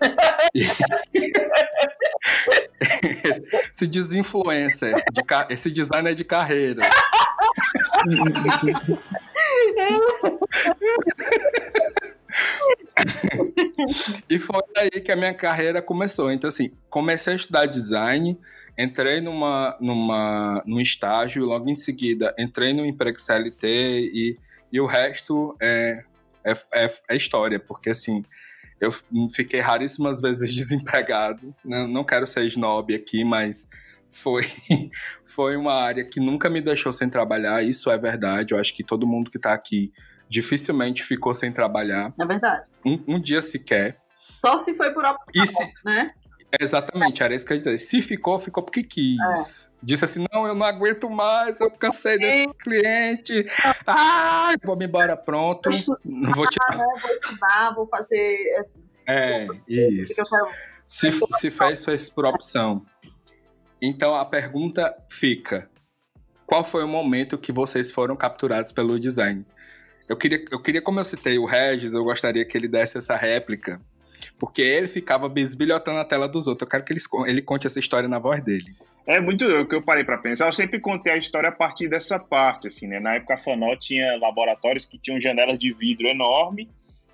Esse desinfluencer, esse designer de carreiras. E foi aí que a minha carreira começou. Então, assim, comecei a estudar design, entrei num estágio, logo em seguida entrei no emprego CLT e o resto é história, porque, assim, eu fiquei raríssimas vezes desempregado. Não quero ser snob aqui, mas foi uma área que nunca me deixou sem trabalhar, isso é verdade. Eu acho que todo mundo que está aqui dificilmente ficou sem trabalhar. É verdade. Um dia sequer. Só se foi por opção, né? Exatamente, era isso que eu ia dizer. Se ficou porque quis. Disse assim, não, eu não aguento mais, eu cansei desses clientes. Vou me embora, pronto. Não vou tirar. Vou estudar, vou fazer... Isso. Se fez por opção. Então, a pergunta fica: qual foi o momento que vocês foram capturados pelo design? Eu queria, como eu citei o Regis, eu gostaria que ele desse essa réplica, porque ele ficava bisbilhotando a tela dos outros. Eu quero que ele conte essa história na voz dele. É muito o que eu parei para pensar. Eu sempre contei a história a partir dessa parte, assim, né? Na época a FONOL tinha laboratórios que tinham janelas de vidro enorme,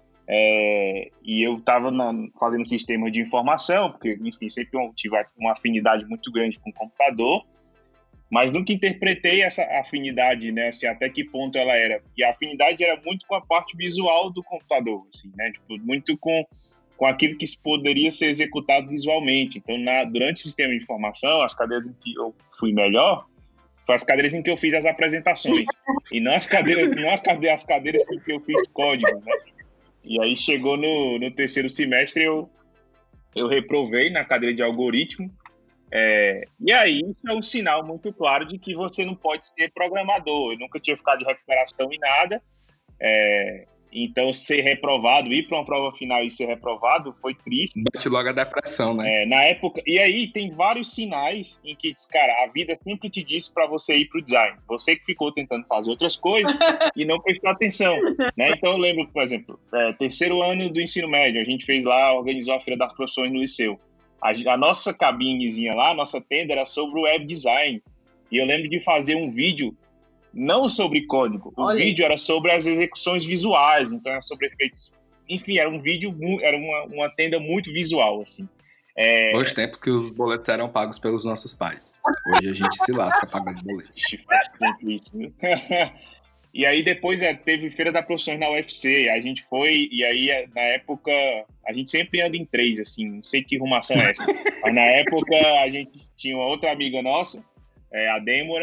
e eu estava fazendo sistemas de informação, porque, enfim, sempre tive uma afinidade muito grande com o computador. Mas nunca interpretei essa afinidade, né, assim, até que ponto ela era. E a afinidade era muito com a parte visual do computador, assim, né, tipo, muito com aquilo que poderia ser executado visualmente. Então, durante o sistema de informação, as cadeiras em que eu fui melhor, foram as cadeiras em que eu fiz as apresentações. E não as cadeiras em que eu fiz códigos, né. E aí chegou no terceiro semestre, eu reprovei na cadeira de algoritmo. E aí isso é um sinal muito claro de que você não pode ser programador. Eu nunca tinha ficado de recuperação em nada, então ser reprovado, ir para uma prova final e ser reprovado foi triste. Bate logo a depressão, né? Na época, e aí tem vários sinais em que diz, cara, a vida sempre te disse para você ir pro design. Você que ficou tentando fazer outras coisas e não prestou atenção, né? Então eu lembro, por exemplo, terceiro ano do ensino médio, a gente fez lá, organizou a Feira das Profissões no liceu. A nossa cabinezinha lá, a nossa tenda era sobre o web design. E eu lembro de fazer um vídeo não sobre código. O vídeo era sobre as execuções visuais, então era sobre efeitos. Enfim, era um vídeo, era uma tenda muito visual, assim. Nos tempos que os boletos eram pagos pelos nossos pais. Hoje a gente se lasca pagando boleto. Faz tempo isso, né? E aí depois teve Feira das Profissões na UFC, a gente foi, e aí na época, a gente sempre anda em 3, assim, não sei que rumação é essa, mas na época a gente tinha uma outra amiga nossa, a Dêmora,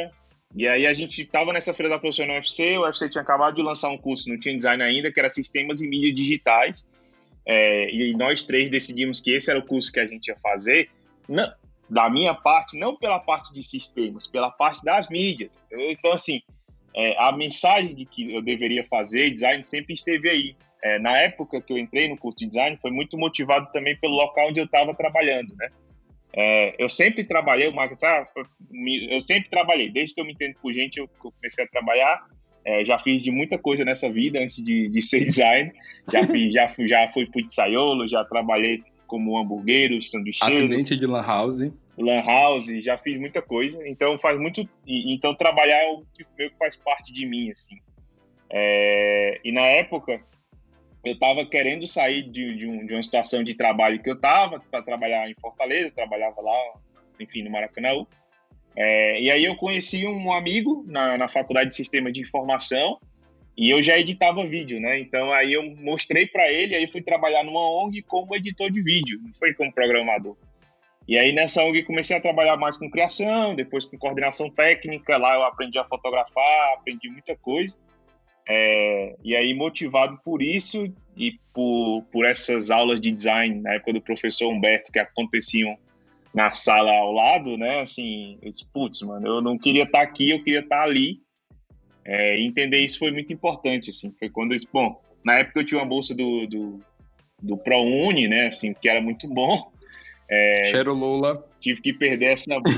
E aí a gente estava nessa feira da profissão no UFC, o UFC tinha acabado de lançar um curso, não tinha design ainda, que era Sistemas e Mídias Digitais, e nós três decidimos que esse era o curso que a gente ia fazer, não, da minha parte, não pela parte de sistemas, pela parte das mídias. Então, assim, a mensagem de que eu deveria fazer design sempre esteve aí. Na época que eu entrei no curso de design, foi muito motivado também pelo local onde eu estava trabalhando, né? Eu sempre trabalhei, eu sempre trabalhei, desde que eu me entendo por gente, eu comecei a trabalhar, já fiz de muita coisa nessa vida antes de ser design, já fui pizzaiolo, já trabalhei como hamburguero, sanduicheiro, atendente de lan house, já fiz muita coisa, então então trabalhar é o que meio que faz parte de mim, assim. E na época eu estava querendo sair de uma situação de trabalho que eu estava para trabalhar em Fortaleza, eu trabalhava lá, enfim, no Maracanã. E aí eu conheci um amigo na faculdade de Sistema de Informação e eu já editava vídeo, né? Então aí eu mostrei para ele, aí fui trabalhar numa ONG como editor de vídeo, não foi como programador. E aí nessa ONG comecei a trabalhar mais com criação, depois com coordenação técnica, lá eu aprendi a fotografar, aprendi muita coisa. E aí, motivado por isso e por essas aulas de design na época do professor Humberto que aconteciam na sala ao lado, né? Assim, eu disse, putz, mano, eu não queria estar aqui, eu queria estar ali. E entender isso foi muito importante, assim. Foi quando eu disse, bom, na época eu tinha uma bolsa do ProUni, né? Assim, que era muito bom. Cheiro Lula. Tive que perder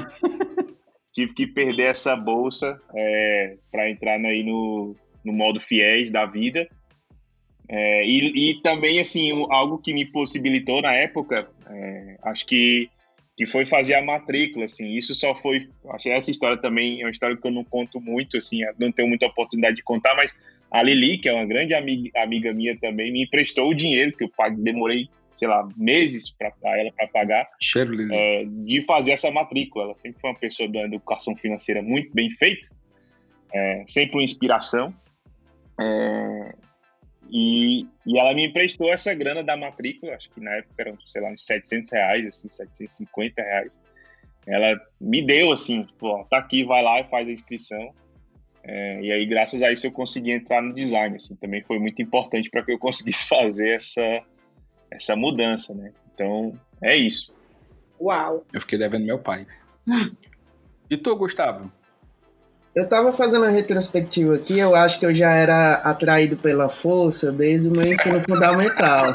essa bolsa para entrar aí no modo FIES da vida. E também, assim, algo que me possibilitou na época, acho que foi fazer a matrícula, assim. Isso só foi... Acho que essa história também é uma história que eu não conto muito, assim, não tenho muita oportunidade de contar, mas a Lili, que é uma grande amiga minha também, me emprestou o dinheiro, que eu demorei, sei lá, meses para ela para pagar, Cheiro, Lili. de fazer essa matrícula. Ela sempre foi uma pessoa da educação financeira muito bem feita, sempre uma inspiração. E ela me emprestou essa grana da matrícula, acho que na época eram, sei lá, uns R$700, assim, R$750. Ela me deu, assim, pô, tá aqui, vai lá e faz a inscrição. E aí, graças a isso, eu consegui entrar no design, assim, também foi muito importante para que eu conseguisse fazer essa mudança, né? Então, é isso. Uau! Eu fiquei devendo meu pai. E tu, Gustavo? Eu tava fazendo a retrospectiva aqui, eu acho que eu já era atraído pela força desde o meu ensino fundamental.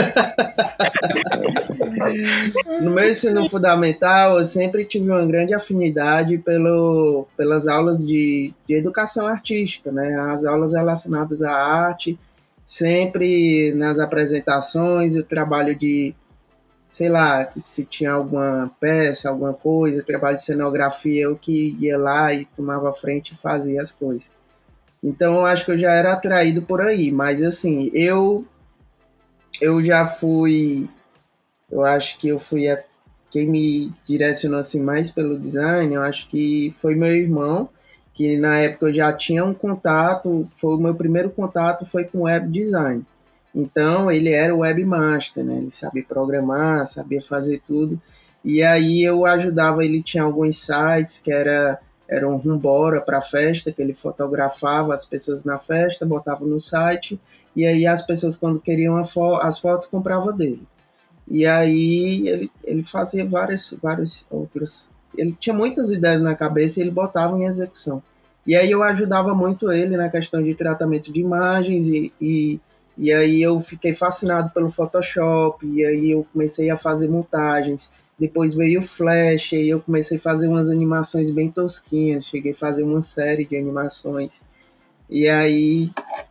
No meu ensino fundamental, eu sempre tive uma grande afinidade pelas aulas de educação artística, né? As aulas relacionadas à arte, sempre nas apresentações, o trabalho de, sei lá, se tinha alguma peça, alguma coisa, trabalho de cenografia, eu que ia lá e tomava frente e fazia as coisas. Então, eu acho que eu já era atraído por aí, mas assim, eu já fui, eu acho que quem me direcionou assim mais pelo design, eu acho que foi meu irmão, que na época eu já tinha um contato, foi o meu primeiro contato foi com web design. Então, ele era o webmaster, né? Ele sabia programar, sabia fazer tudo. E aí eu ajudava, ele tinha alguns sites que era um Rumbora para festa, que ele fotografava as pessoas na festa, botava no site, e aí as pessoas, quando queriam as fotos, compravam dele. E aí ele fazia vários outros... Ele tinha muitas ideias na cabeça e ele botava em execução. E aí eu ajudava muito ele na questão de tratamento de imagens e aí eu fiquei fascinado pelo Photoshop, e aí eu comecei a fazer montagens. Depois veio o Flash, e eu comecei a fazer umas animações bem tosquinhas, cheguei a fazer uma série de animações. E aí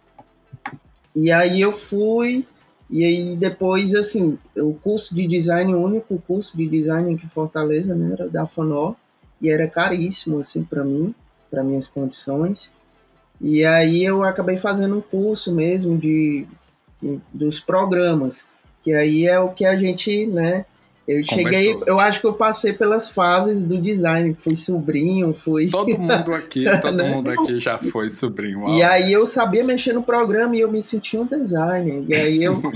eu fui, e aí depois, assim, o curso de design, o único curso de design aqui em Fortaleza, né, era da FANOL, e era caríssimo, assim, para mim, para minhas condições. E aí eu acabei fazendo um curso mesmo dos programas, que aí é o que a gente, né, Eu acho que eu passei pelas fases do design, fui sobrinho, fui... Todo mundo aqui já foi sobrinho. E aí eu sabia mexer no programa e eu me sentia um designer. E aí eu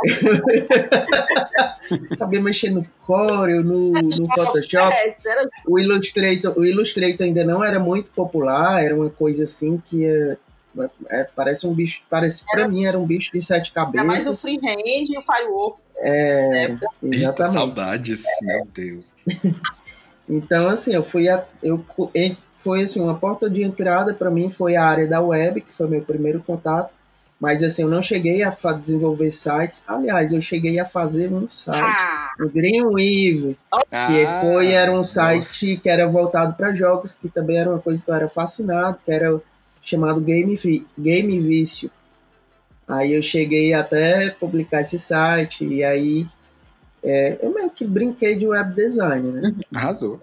sabia mexer no Corel, no Photoshop. O Illustrator ainda não era muito popular, era uma coisa assim que parece um bicho, para mim era um bicho de 7 cabeças. É mais o freehand e o firework. Exatamente. Saudades, meu Deus. Então, assim, foi assim, uma porta de entrada para mim foi a área da web, que foi meu primeiro contato. Mas assim, eu não cheguei a desenvolver sites. Aliás, eu cheguei a fazer um site, o Dreamweaver, que era um site que era voltado para jogos, que também era uma coisa que eu era fascinado, que era chamado Game Vício. Aí eu cheguei até publicar esse site, e aí eu meio que brinquei de web design, né? Arrasou.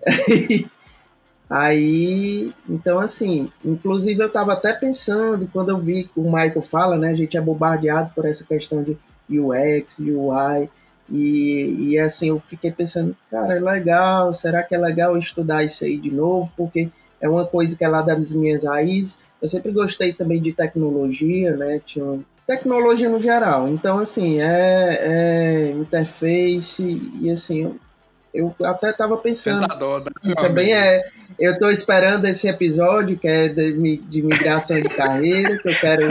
Aí, então assim, inclusive eu estava até pensando, quando eu vi o Michael fala, né, a gente é bombardeado por essa questão de UX, UI, e assim, eu fiquei pensando, cara, é legal, será que é legal estudar isso aí de novo, porque é uma coisa que é lá das minhas raízes. Eu sempre gostei também de tecnologia, né, tecnologia no geral, então assim, interface, e assim, eu até estava pensando, Tentador, né, e também eu estou esperando esse episódio, que é de migração de carreira, que eu quero...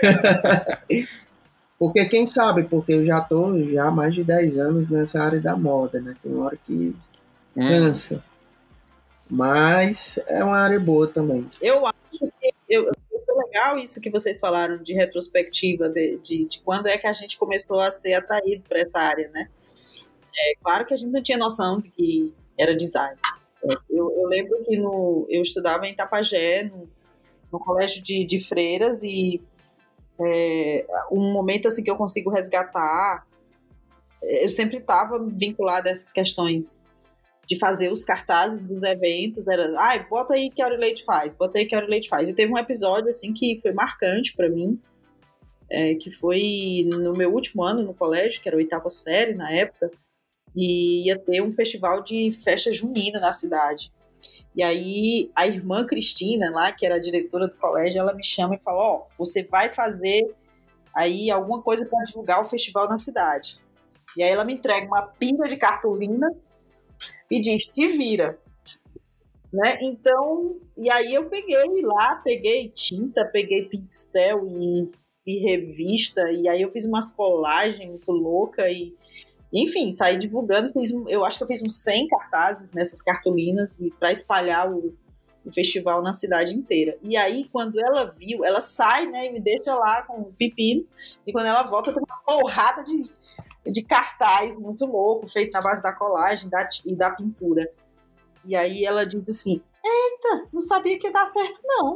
Porque quem sabe, porque eu já estou há mais de 10 anos nessa área da moda, né? Tem hora que cansa. Mas é uma área boa também. Eu acho que foi legal isso que vocês falaram de retrospectiva, de quando é que a gente começou a ser atraído para essa área, né? Claro que a gente não tinha noção de que era design. Eu lembro que eu estudava em Itapajé, no colégio de freiras, e um momento assim que eu consigo resgatar, eu sempre estava vinculada a essas questões de fazer os cartazes dos eventos, bota aí que a Aurelete faz, E teve um episódio assim que foi marcante para mim, que foi no meu último ano no colégio, que era a 8ª série na época, e ia ter um festival de festa junina na cidade. E aí a irmã Cristina, lá, que era a diretora do colégio, ela me chama e fala, você vai fazer aí alguma coisa para divulgar o festival na cidade. E aí ela me entrega uma pilha de cartolina e diz, te vira. Né? Então, e aí eu peguei tinta, peguei pincel e revista, e aí eu fiz umas colagens muito loucas e enfim, saí divulgando, eu acho que eu fiz uns 100 cartazes nessas cartolinas para espalhar o festival na cidade inteira. E aí, quando ela viu, ela sai, né, e me deixa lá com o pepino, e quando ela volta, tem uma porrada de cartaz muito louco, feito na base da colagem e da pintura. E aí ela diz assim, eita, não sabia que ia dar certo, não.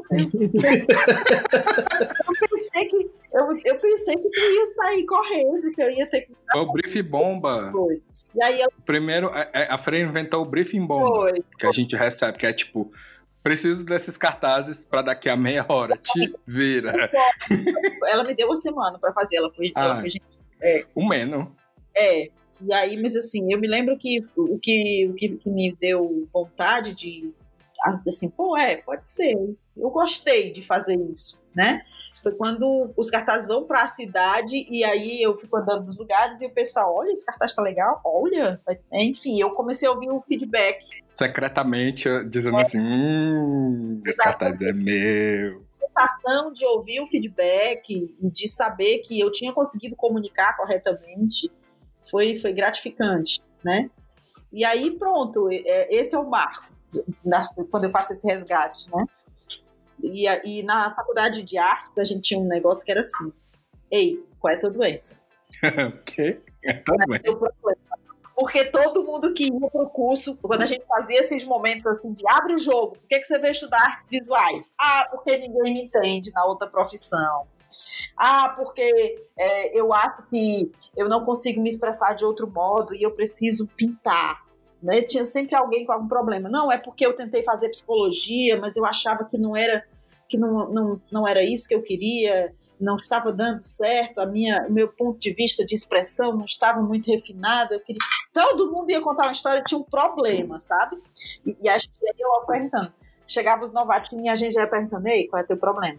Eu pensei que tu ia sair correndo, que eu ia ter que... Foi o briefing bomba. Foi. E aí Primeiro, a Freire inventou o briefing bomba, que a gente recebe, que é tipo, preciso desses cartazes para daqui a meia hora, te vira. Ela me deu uma semana para fazer, ela foi um menos. E aí, mas assim, eu me lembro que o que me deu vontade de, assim, pode ser, eu gostei de fazer isso, né? Foi quando os cartazes vão para a cidade e aí eu fico andando nos lugares e o pessoal, olha, esse cartaz tá legal, olha. Enfim, eu comecei a ouvir o feedback. Secretamente, dizendo assim, esse cartaz é meu. A sensação de ouvir o feedback, de saber que eu tinha conseguido comunicar corretamente, foi gratificante, né? E aí, pronto, esse é o marco, quando eu faço esse resgate, né? E na faculdade de artes, a gente tinha um negócio que era assim, ei, qual é a tua doença? O quê? Tá bem. Porque todo mundo que ia pro curso, quando a gente fazia esses momentos assim de abre o jogo, por que você veio estudar artes visuais? Porque ninguém me entende na outra profissão. Porque eu acho que eu não consigo me expressar de outro modo e eu preciso pintar. Né? Tinha sempre alguém com algum problema. Não, é porque eu tentei fazer psicologia, mas eu achava que não era isso que eu queria. não estava dando certo, o meu ponto de vista de expressão não estava muito refinado, eu queria... Todo mundo ia contar uma história, tinha um problema, sabe? E a gente ia logo perguntando. Chegava os novatinhos e a gente já ia perguntando, ei, qual é o teu problema?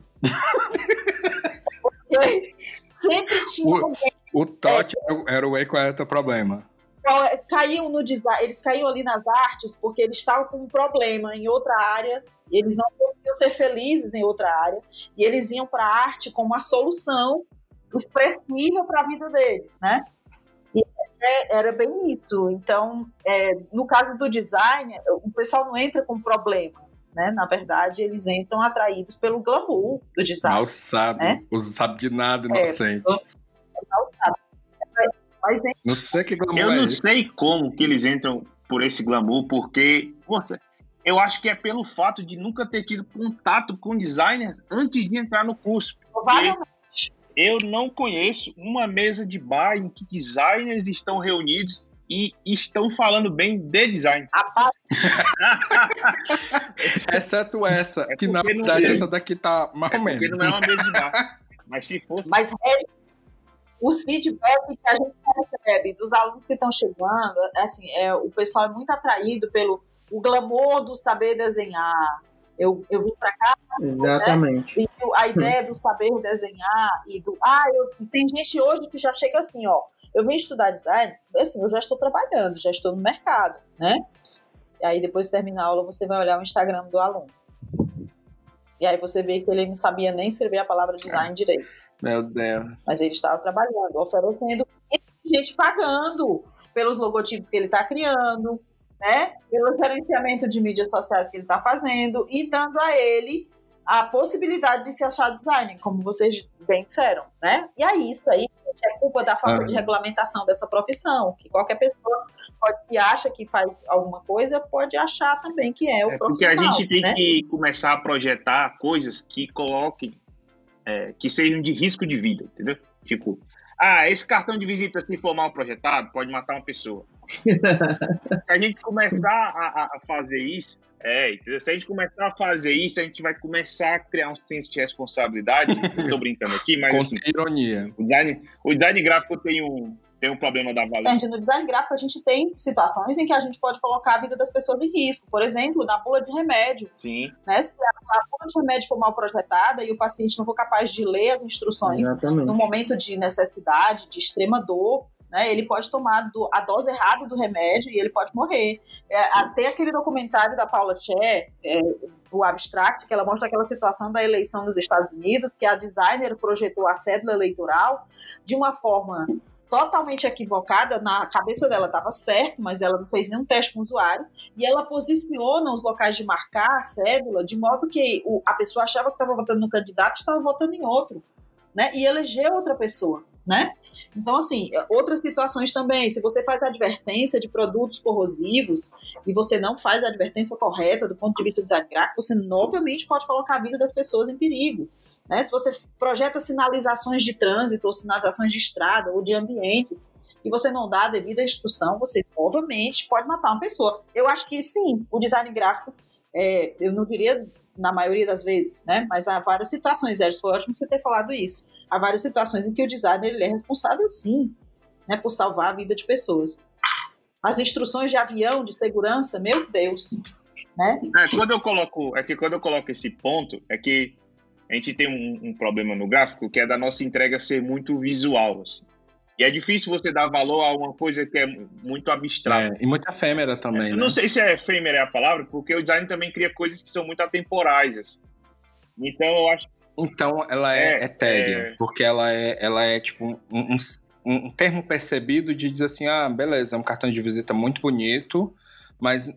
Porque sempre tinha alguém... O trote era o ei, qual é o teu problema? Caíam no design, eles caíam ali nas artes porque eles estavam com um problema em outra área, e eles não conseguiam ser felizes em outra área, e eles iam para a arte como uma solução expressiva para a vida deles, né? E era bem isso. Então, no caso do design, o pessoal não entra com problema, né? Na verdade, eles entram atraídos pelo glamour do design. Mal sabe, né? Não sabe de nada, inocente. Mal sabe. Mas, não sei que glamour eu é não esse. sei como que eles entram por esse glamour, porque, poxa, eu acho que é pelo fato de nunca ter tido contato com designers antes de entrar no curso. Eu não conheço uma mesa de bar em que designers estão reunidos e estão falando bem de design. Exceto essa, que na porque não verdade é. essa daqui tá mais ou Porque menos. não é uma mesa de bar. Mas se fosse... Mas os feedbacks que a gente recebe dos alunos que estão chegando, assim, o pessoal é muito atraído pelo o glamour do saber desenhar. Eu vim para cá, Exatamente. né, e a ideia do saber desenhar e do... tem gente hoje que já chega assim, ó, eu vim estudar design, assim, eu já estou trabalhando, já estou no mercado, né? E aí depois de terminar a aula, você vai olhar o Instagram do aluno. E aí você vê que ele não sabia nem escrever a palavra design direito. Meu Deus. Mas ele estava trabalhando, oferecendo, e gente pagando pelos logotipos que ele está criando, né? Pelo gerenciamento de mídias sociais que ele está fazendo e dando a ele a possibilidade de se achar designer, como vocês bem disseram, né? E aí, isso aí é culpa da falta de regulamentação dessa profissão, que qualquer pessoa que acha que faz alguma coisa pode achar também que é o profissional. Porque a gente tem, né, que começar a projetar coisas que coloquem, que sejam de risco de vida, entendeu? Tipo, esse cartão de visita, se for mal projetado, pode matar uma pessoa. Se a gente começar a fazer isso, entendeu? Se a gente começar a fazer isso, a gente vai começar a criar um senso de responsabilidade. Eu tô brincando aqui, mas Com assim, ironia. o design gráfico tem um problema da valência. No design gráfico, a gente tem situações em que a gente pode colocar a vida das pessoas em risco. Por exemplo, na bula de remédio. Sim. Né? Se a bula de remédio for mal projetada e o paciente não for capaz de ler as instruções no momento de necessidade, de extrema dor, né, ele pode tomar a dose errada do remédio e ele pode morrer. Tem aquele documentário da Paula Tchê, o Abstract, que ela mostra aquela situação da eleição nos Estados Unidos, que a designer projetou a cédula eleitoral de uma forma totalmente equivocada. Na cabeça dela estava certo, mas ela não fez nenhum teste com o usuário, e ela posiciona os locais de marcar a cédula de modo que a pessoa achava que estava votando no candidato e estava votando em outro, né? E elegeu outra pessoa, né? Então, assim, outras situações também, se você faz advertência de produtos corrosivos e você não faz a advertência correta do ponto de vista do design gráfico, você novamente pode colocar a vida das pessoas em perigo. Né? Se você projeta sinalizações de trânsito ou sinalizações de estrada ou de ambientes e você não dá a devida instrução, você novamente pode matar uma pessoa. Eu acho que sim, o design gráfico, eu não diria na maioria das vezes, né? Mas há várias situações, foi ótimo você ter falado isso, há várias situações em que o designer ele é responsável sim, né, por salvar a vida de pessoas. As instruções de avião, de segurança, meu Deus, né? Quando eu coloco esse ponto, é que a gente tem um problema no gráfico, que é da nossa entrega ser muito visual. Assim. E é difícil você dar valor a uma coisa que é muito abstrata. E muito efêmera também, Eu não sei se efêmera é a palavra, porque o design também cria coisas que são muito atemporais. Assim. Então, eu acho... Então, ela é etérea, porque ela é tipo um termo percebido de dizer assim, beleza, é um cartão de visita muito bonito, mas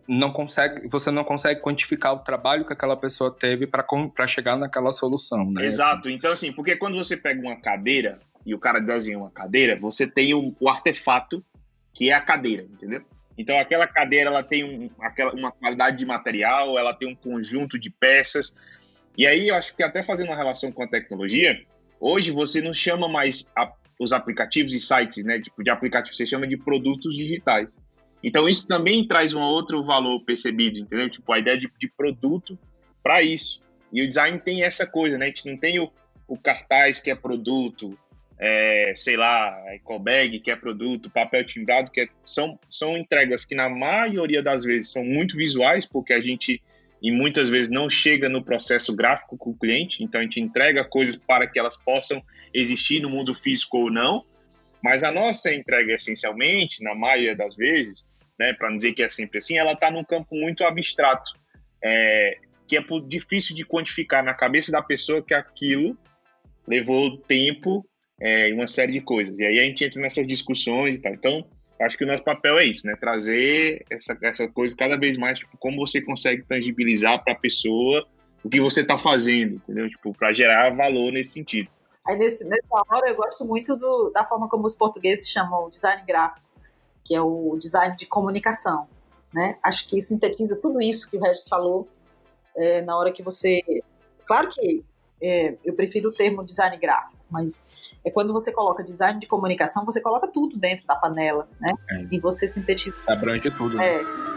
você não consegue quantificar o trabalho que aquela pessoa teve para chegar naquela solução, né? Exato. Assim. Então, assim, porque quando você pega uma cadeira e o cara desenha uma cadeira, você tem o artefato que é a cadeira, entendeu? Então, aquela cadeira, ela tem uma qualidade de material, ela tem um conjunto de peças. E aí, eu acho que até fazendo uma relação com a tecnologia, hoje você não chama mais os aplicativos e sites, né? Tipo, de aplicativo, você chama de produtos digitais. Então, isso também traz um outro valor percebido, entendeu? Tipo, a ideia de produto para isso. E o design tem essa coisa, né? A gente não tem o o cartaz que é produto, sei lá, a ecobag que é produto, papel timbrado, são entregas que na maioria das vezes são muito visuais, porque a gente, e muitas vezes não chega no processo gráfico com o cliente, então a gente entrega coisas para que elas possam existir no mundo físico ou não, mas a nossa entrega essencialmente, na maioria das vezes, né, para não dizer que é sempre assim, ela está num campo muito abstrato, que é difícil de quantificar na cabeça da pessoa que aquilo levou tempo e uma série de coisas. E aí a gente entra nessas discussões e tal. Então, acho que o nosso papel é isso, né? Trazer essa coisa cada vez mais, tipo, como você consegue tangibilizar para a pessoa o que você está fazendo, entendeu? Tipo, para gerar valor nesse sentido. Aí nessa hora eu gosto muito da forma como os portugueses chamam o design gráfico, que é o design de comunicação, né? Acho que sintetiza tudo isso que o Regis falou na hora que você... Claro que eu prefiro o termo design gráfico, mas quando você coloca design de comunicação, você coloca tudo dentro da panela, né? E você sintetiza. Você abrange tudo, né?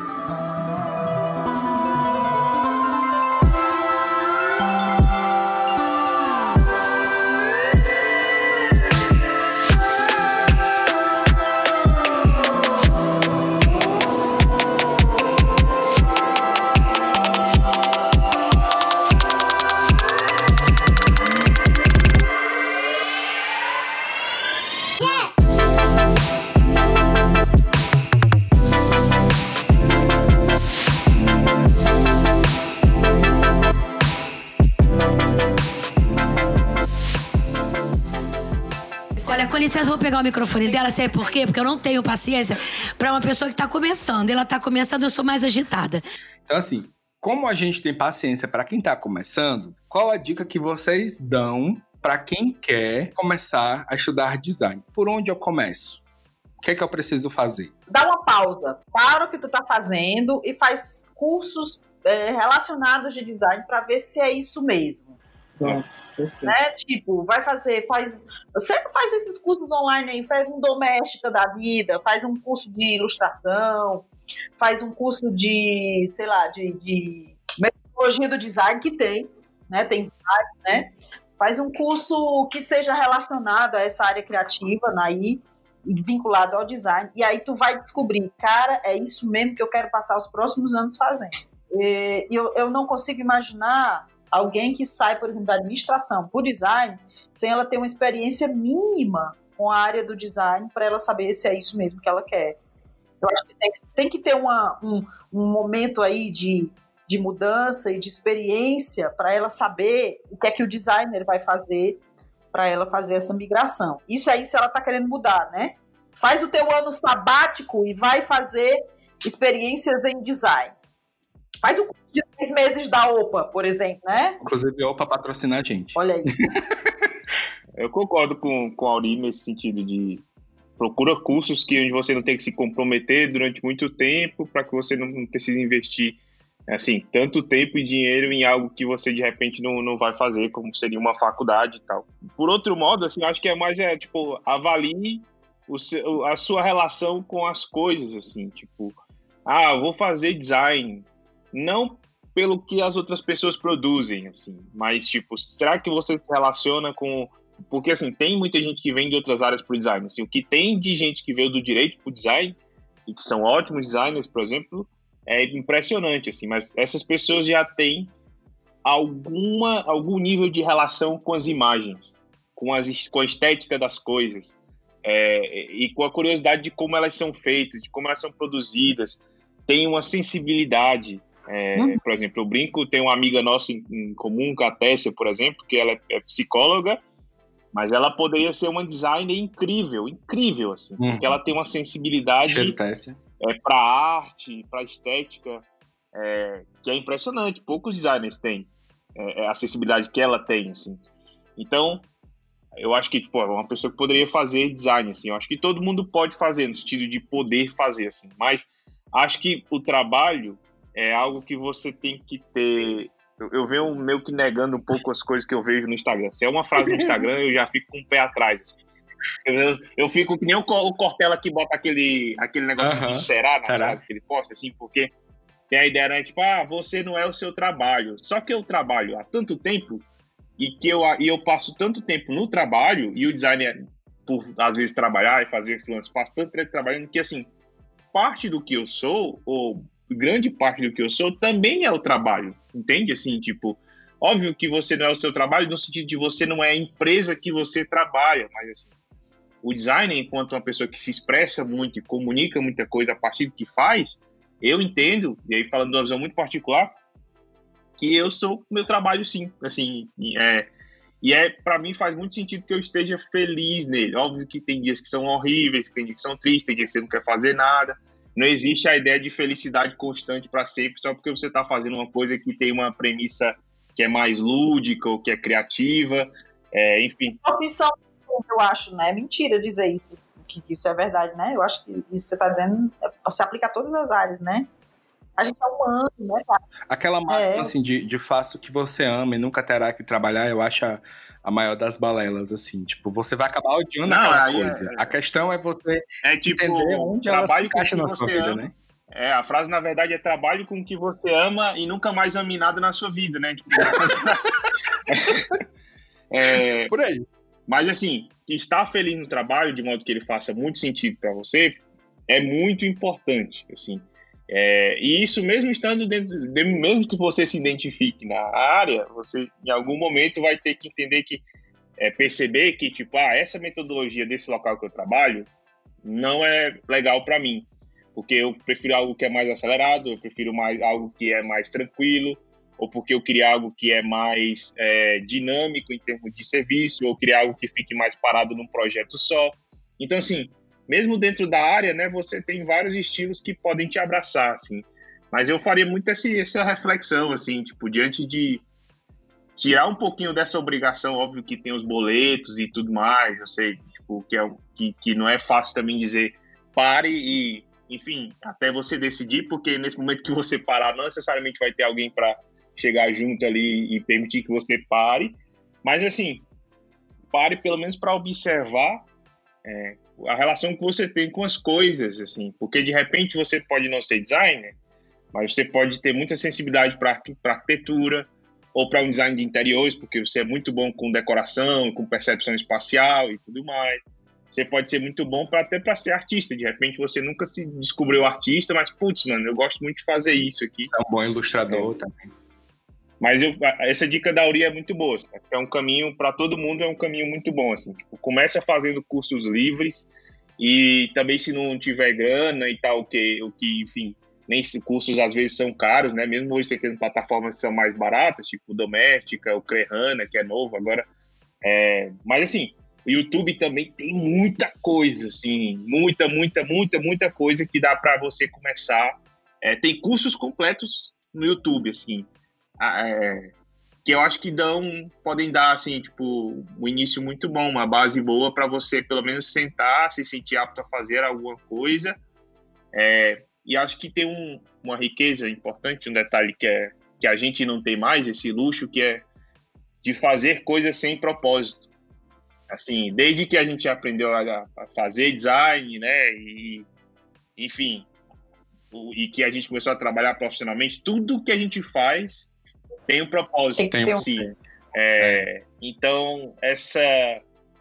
Olha, com licença, eu vou pegar o microfone dela, sabe por quê? Porque eu não tenho paciência para uma pessoa que tá começando. Ela tá começando, eu sou mais agitada. Então, assim, como a gente tem paciência para quem tá começando, qual a dica que vocês dão para quem quer começar a estudar design? Por onde eu começo? O que é que eu preciso fazer? Dá uma pausa, para o que tu tá fazendo e faz cursos relacionados de design para ver se é isso mesmo. Pronto, né? Tipo, sempre faz esses cursos online aí, faz um doméstica da vida, faz um curso de ilustração, faz um curso de, sei lá, de metodologia do design que tem, né? Tem vários, né? Faz um curso que seja relacionado a essa área criativa, aí, vinculado ao design, e aí tu vai descobrir, cara, é isso mesmo que eu quero passar os próximos anos fazendo. E eu não consigo imaginar alguém que sai, por exemplo, da administração para o design, sem ela ter uma experiência mínima com a área do design para ela saber se é isso mesmo que ela quer. Eu acho que tem que ter um momento aí de mudança e de experiência para ela saber o que é que o designer vai fazer para ela fazer essa migração. Isso aí se ela está querendo mudar, né? Faz o teu ano sabático e vai fazer experiências em design. Faz o curso de 3 meses da OPA, por exemplo, né? Inclusive, a OPA patrocina a gente. Olha aí. Eu concordo com a Auri nesse sentido de procura cursos onde você não tem que se comprometer durante muito tempo para que você não precise investir assim, tanto tempo e dinheiro em algo que você de repente não vai fazer, como seria uma faculdade e tal. Por outro modo, assim, acho que é mais tipo, avalie a sua relação com as coisas, assim, tipo, eu vou fazer design, não pelo que as outras pessoas produzem, assim, mas, tipo, será que você se relaciona com... Porque, assim, tem muita gente que vem de outras áreas pro design, assim, o que tem de gente que veio do direito pro design, e que são ótimos designers, por exemplo, é impressionante, assim, mas essas pessoas já têm algum nível de relação com as imagens, com a estética das coisas, e com a curiosidade de como elas são feitas, de como elas são produzidas, tem uma sensibilidade. Por exemplo, eu brinco, tem uma amiga nossa em comum, a Tessia, por exemplo, que ela é psicóloga, mas ela poderia ser uma designer incrível, assim, porque ela tem uma sensibilidade para arte, para estética, que é impressionante. Poucos designers têm a sensibilidade que ela tem, assim. Então, eu acho que, tipo, é uma pessoa que poderia fazer design, assim. Eu acho que todo mundo pode fazer, no sentido de poder fazer, assim. Mas acho que o trabalho é algo que você tem que ter... Eu venho meio que negando um pouco as coisas que eu vejo no Instagram. Se é uma frase no Instagram, eu já fico com o pé atrás, assim. Eu fico que nem o Cortella que bota aquele negócio de será na frase que ele posta, assim, porque tem a ideia, né, tipo, você não é o seu trabalho. Só que eu trabalho há tanto tempo e que eu passo tanto tempo no trabalho, e o designer, por às vezes trabalhar e fazer freelance, passo tanto tempo trabalhando que, assim, parte do que eu sou, ou grande parte do que eu sou, também é o trabalho, entende? Assim, tipo, óbvio que você não é o seu trabalho no sentido de você não é a empresa que você trabalha, mas, assim, o designer, enquanto uma pessoa que se expressa muito e comunica muita coisa a partir do que faz, eu entendo, e aí falando de uma visão muito particular, que eu sou meu trabalho, sim, assim, para mim faz muito sentido que eu esteja feliz nele. Óbvio que tem dias que são horríveis, tem dias que são tristes, tem dias que você não quer fazer nada. Não existe a ideia de felicidade constante para sempre só porque você está fazendo uma coisa que tem uma premissa que é mais lúdica ou que é criativa, enfim. Profissão, eu acho, né? É mentira dizer isso, que isso é verdade, né? Eu acho que isso que você está dizendo se aplica a todas as áreas, né? A gente é humano, né, cara? Aquela máxima, assim, de faça o que você ama e nunca terá que trabalhar, eu acho a maior das balelas, assim. Tipo, você vai acabar odiando aquela coisa. A questão é você entender onde ela se encaixa na sua vida, né? A frase, na verdade, é trabalhe com o que você ama e nunca mais ame nada na sua vida, né? Tipo, por aí. Mas, assim, se estar feliz no trabalho, de modo que ele faça muito sentido para você, é muito importante, assim. E isso mesmo estando mesmo que você se identifique na área, você em algum momento vai ter que entender que, perceber que, tipo, essa metodologia desse local que eu trabalho não é legal para mim, porque eu prefiro algo que é mais acelerado, eu prefiro algo que é mais tranquilo, ou porque eu queria algo que é mais dinâmico em termos de serviço, ou criar algo que fique mais parado num projeto só. Então, assim, mesmo dentro da área, né, você tem vários estilos que podem te abraçar, assim. Mas eu faria muito essa reflexão, assim, tipo, diante de tirar um pouquinho dessa obrigação, óbvio que tem os boletos e tudo mais, eu sei, tipo, que não é fácil também dizer pare e, enfim, até você decidir, porque nesse momento que você parar, não necessariamente vai ter alguém para chegar junto ali e permitir que você pare, mas, assim, pare pelo menos para observar a relação que você tem com as coisas, assim, porque de repente você pode não ser designer, mas você pode ter muita sensibilidade para arquitetura ou para um design de interiores, porque você é muito bom com decoração, com percepção espacial e tudo mais. Você pode ser muito bom até para ser artista. De repente você nunca se descobriu artista, mas, putz, mano, eu gosto muito de fazer isso aqui. Você é um bom ilustrador também. Mas essa dica da Auri é muito boa. Assim, é um caminho, para todo mundo, é um caminho muito bom. Assim, tipo, começa fazendo cursos livres e também se não tiver grana e tal, o que enfim, nem cursos às vezes são caros, né? Mesmo hoje você tendo plataformas que são mais baratas, tipo o Doméstica, o Crehana, que é novo agora. Mas assim, o YouTube também tem muita coisa, assim, muita coisa que dá para você começar. Tem cursos completos no YouTube, assim, que eu acho que podem dar, assim, tipo, um início muito bom, uma base boa para você, pelo menos, sentar, se sentir apto a fazer alguma coisa. E acho que tem uma riqueza importante, um detalhe que a gente não tem mais, esse luxo, que é de fazer coisas sem propósito. Assim, desde que a gente aprendeu a fazer design, né, e, enfim, e que a gente começou a trabalhar profissionalmente, tudo que a gente faz tem um propósito. Assim. Então, essa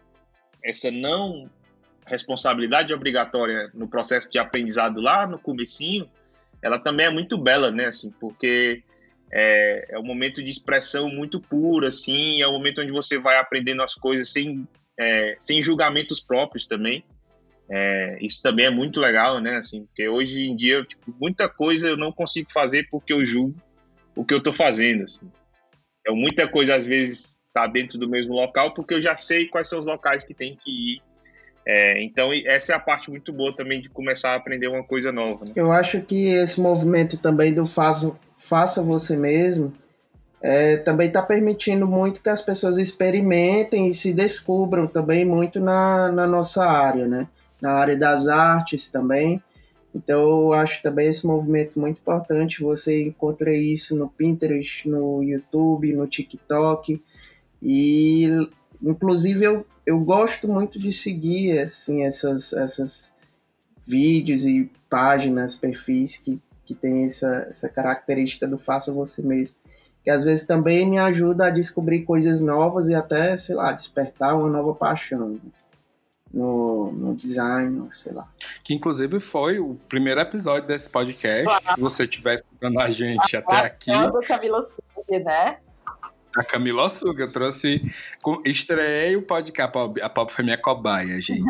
não responsabilidade obrigatória no processo de aprendizado lá no comecinho, ela também é muito bela, né, assim, porque é um momento de expressão muito pura, assim, é um momento onde você vai aprendendo as coisas sem julgamentos próprios também. Isso também é muito legal, né, assim, porque hoje em dia, tipo, muita coisa eu não consigo fazer porque eu julgo o que eu tô fazendo, assim. Muita coisa, às vezes, tá dentro do mesmo local porque eu já sei quais são os locais que tem que ir. Então, essa é a parte muito boa também de começar a aprender uma coisa nova, né? Eu acho que esse movimento também do faça você mesmo também está permitindo muito que as pessoas experimentem e se descubram também muito na nossa área, né? Na área das artes também. Então, eu acho também esse movimento muito importante. Você encontra isso no Pinterest, no YouTube, no TikTok. E, inclusive, eu gosto muito de seguir assim, essas vídeos e páginas, perfis que tem essa característica do faça você mesmo. que às vezes também me ajuda a descobrir coisas novas e até, sei lá, despertar uma nova paixão no design, sei lá. Que inclusive foi o primeiro episódio desse podcast. Claro. Se você estiver escutando a gente até aqui. Do Camila Suga, né? A Camila Suga, eu trouxe. Estreiei o podcast. A Pop foi minha cobaia, gente.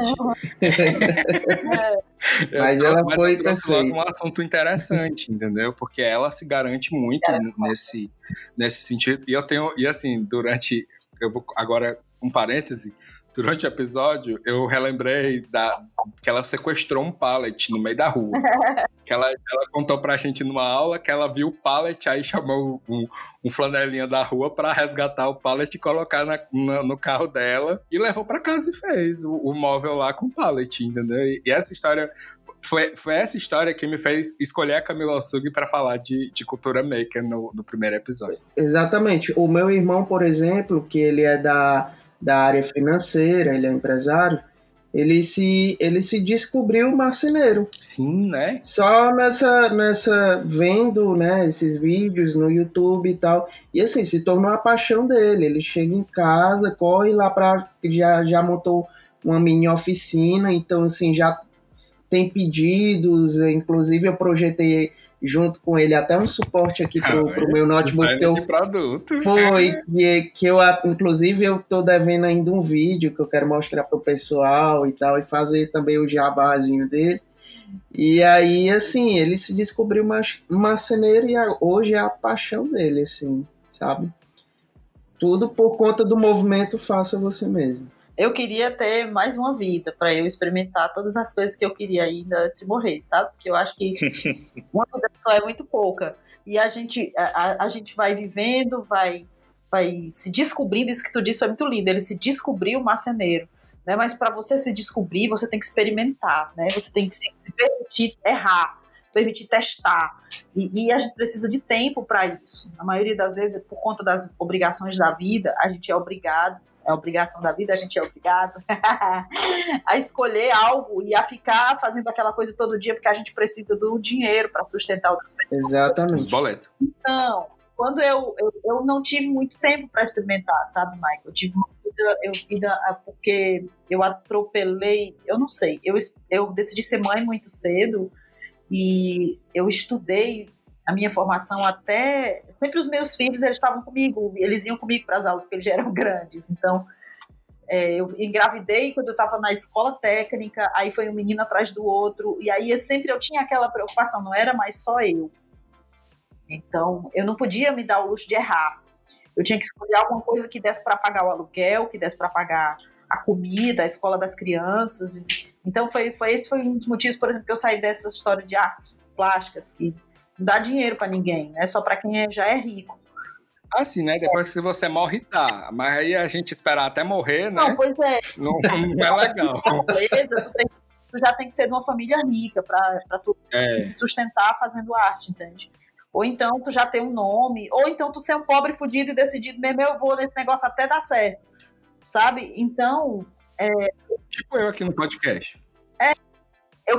Mas ela foi trouxe logo um assunto interessante, entendeu? Porque ela se garante muito nesse sentido. E eu tenho. E assim, durante. Eu vou agora, um parêntese. Durante o episódio, eu relembrei que ela sequestrou um pallet no meio da rua. Que ela contou pra gente numa aula que ela viu o pallet, aí chamou um flanelinha da rua pra resgatar o pallet e colocar no carro dela. E levou pra casa e fez o móvel lá com o pallet, entendeu? E essa história... Foi essa história que me fez escolher a Camila Suga para falar de cultura maker no primeiro episódio. Exatamente. O meu irmão, por exemplo, que ele é da área financeira, ele é empresário, ele se descobriu marceneiro. Sim, né? Só nessa vendo, né, esses vídeos no YouTube e tal. E assim, se tornou a paixão dele. Ele chega em casa, corre lá para... Já montou uma mini oficina, então assim, já tem pedidos, inclusive eu projetei junto com ele até um suporte aqui pro meu notebook que eu produto. que eu inclusive eu tô devendo ainda um vídeo que eu quero mostrar pro pessoal e tal, e fazer também o jabazinho dele. E aí assim, ele se descobriu marceneiro e hoje é a paixão dele, assim, sabe? Tudo por conta do movimento Faça Você Mesmo. Eu queria ter mais uma vida para eu experimentar todas as coisas que eu queria ainda antes de morrer, sabe? Porque eu acho que uma vida só é muito pouca. E a gente vai vivendo, vai se descobrindo. Isso que tu disse foi muito lindo. Ele se descobriu marceneiro, né? Mas para você se descobrir, você tem que experimentar, né? Você tem que se permitir errar, permitir testar. E a gente precisa de tempo para isso. A maioria das vezes, por conta das obrigações da vida, a gente é obrigado. É a obrigação da vida, a gente é obrigado a escolher algo e a ficar fazendo aquela coisa todo dia, porque a gente precisa do dinheiro para sustentar outras pessoas. Exatamente. Os boletos. Então, quando eu não tive muito tempo para experimentar, sabe, Michael? Eu tive uma vida porque eu atropelei, eu não sei, eu decidi ser mãe muito cedo e eu estudei a minha formação até... Sempre os meus filhos, eles estavam comigo, eles iam comigo para as aulas, porque eles já eram grandes. Então, eu engravidei quando eu estava na escola técnica, aí foi um menino atrás do outro, e aí sempre eu tinha aquela preocupação, não era mais só eu. Então, eu não podia me dar o luxo de errar. Eu tinha que escolher alguma coisa que desse para pagar o aluguel, que desse para pagar a comida, a escola das crianças. Então, esse foi um dos motivos, por exemplo, que eu saí dessa história de artes plásticas, que não dá dinheiro pra ninguém, né? Só pra quem já é rico. Assim, né? Depois que você morre, tá. Mas aí a gente esperar até morrer, né? Não, pois é. Não é legal. Beleza, tu já tem que ser de uma família rica pra tu se sustentar fazendo arte, entende? Ou então tu já tem um nome, ou então tu ser um pobre fudido e decidido mesmo, eu vou nesse negócio até dar certo, sabe? Então... Tipo eu aqui no podcast. Eu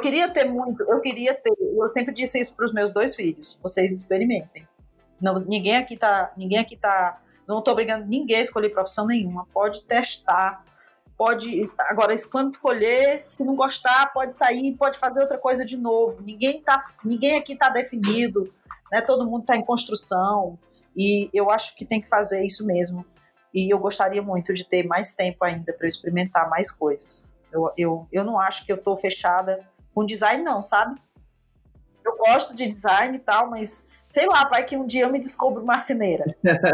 eu sempre disse isso para os meus 2 filhos, vocês experimentem. Ninguém aqui tá, não estou obrigando ninguém a escolher profissão nenhuma, pode testar, agora quando escolher, se não gostar, pode sair, pode fazer outra coisa de novo, ninguém aqui está definido, né? Todo mundo está em construção, e eu acho que tem que fazer isso mesmo, e eu gostaria muito de ter mais tempo ainda para eu experimentar mais coisas. Eu não acho que eu estou fechada com design, não, sabe? Eu gosto de design e tal, mas sei lá, vai que um dia eu me descubro marceneira.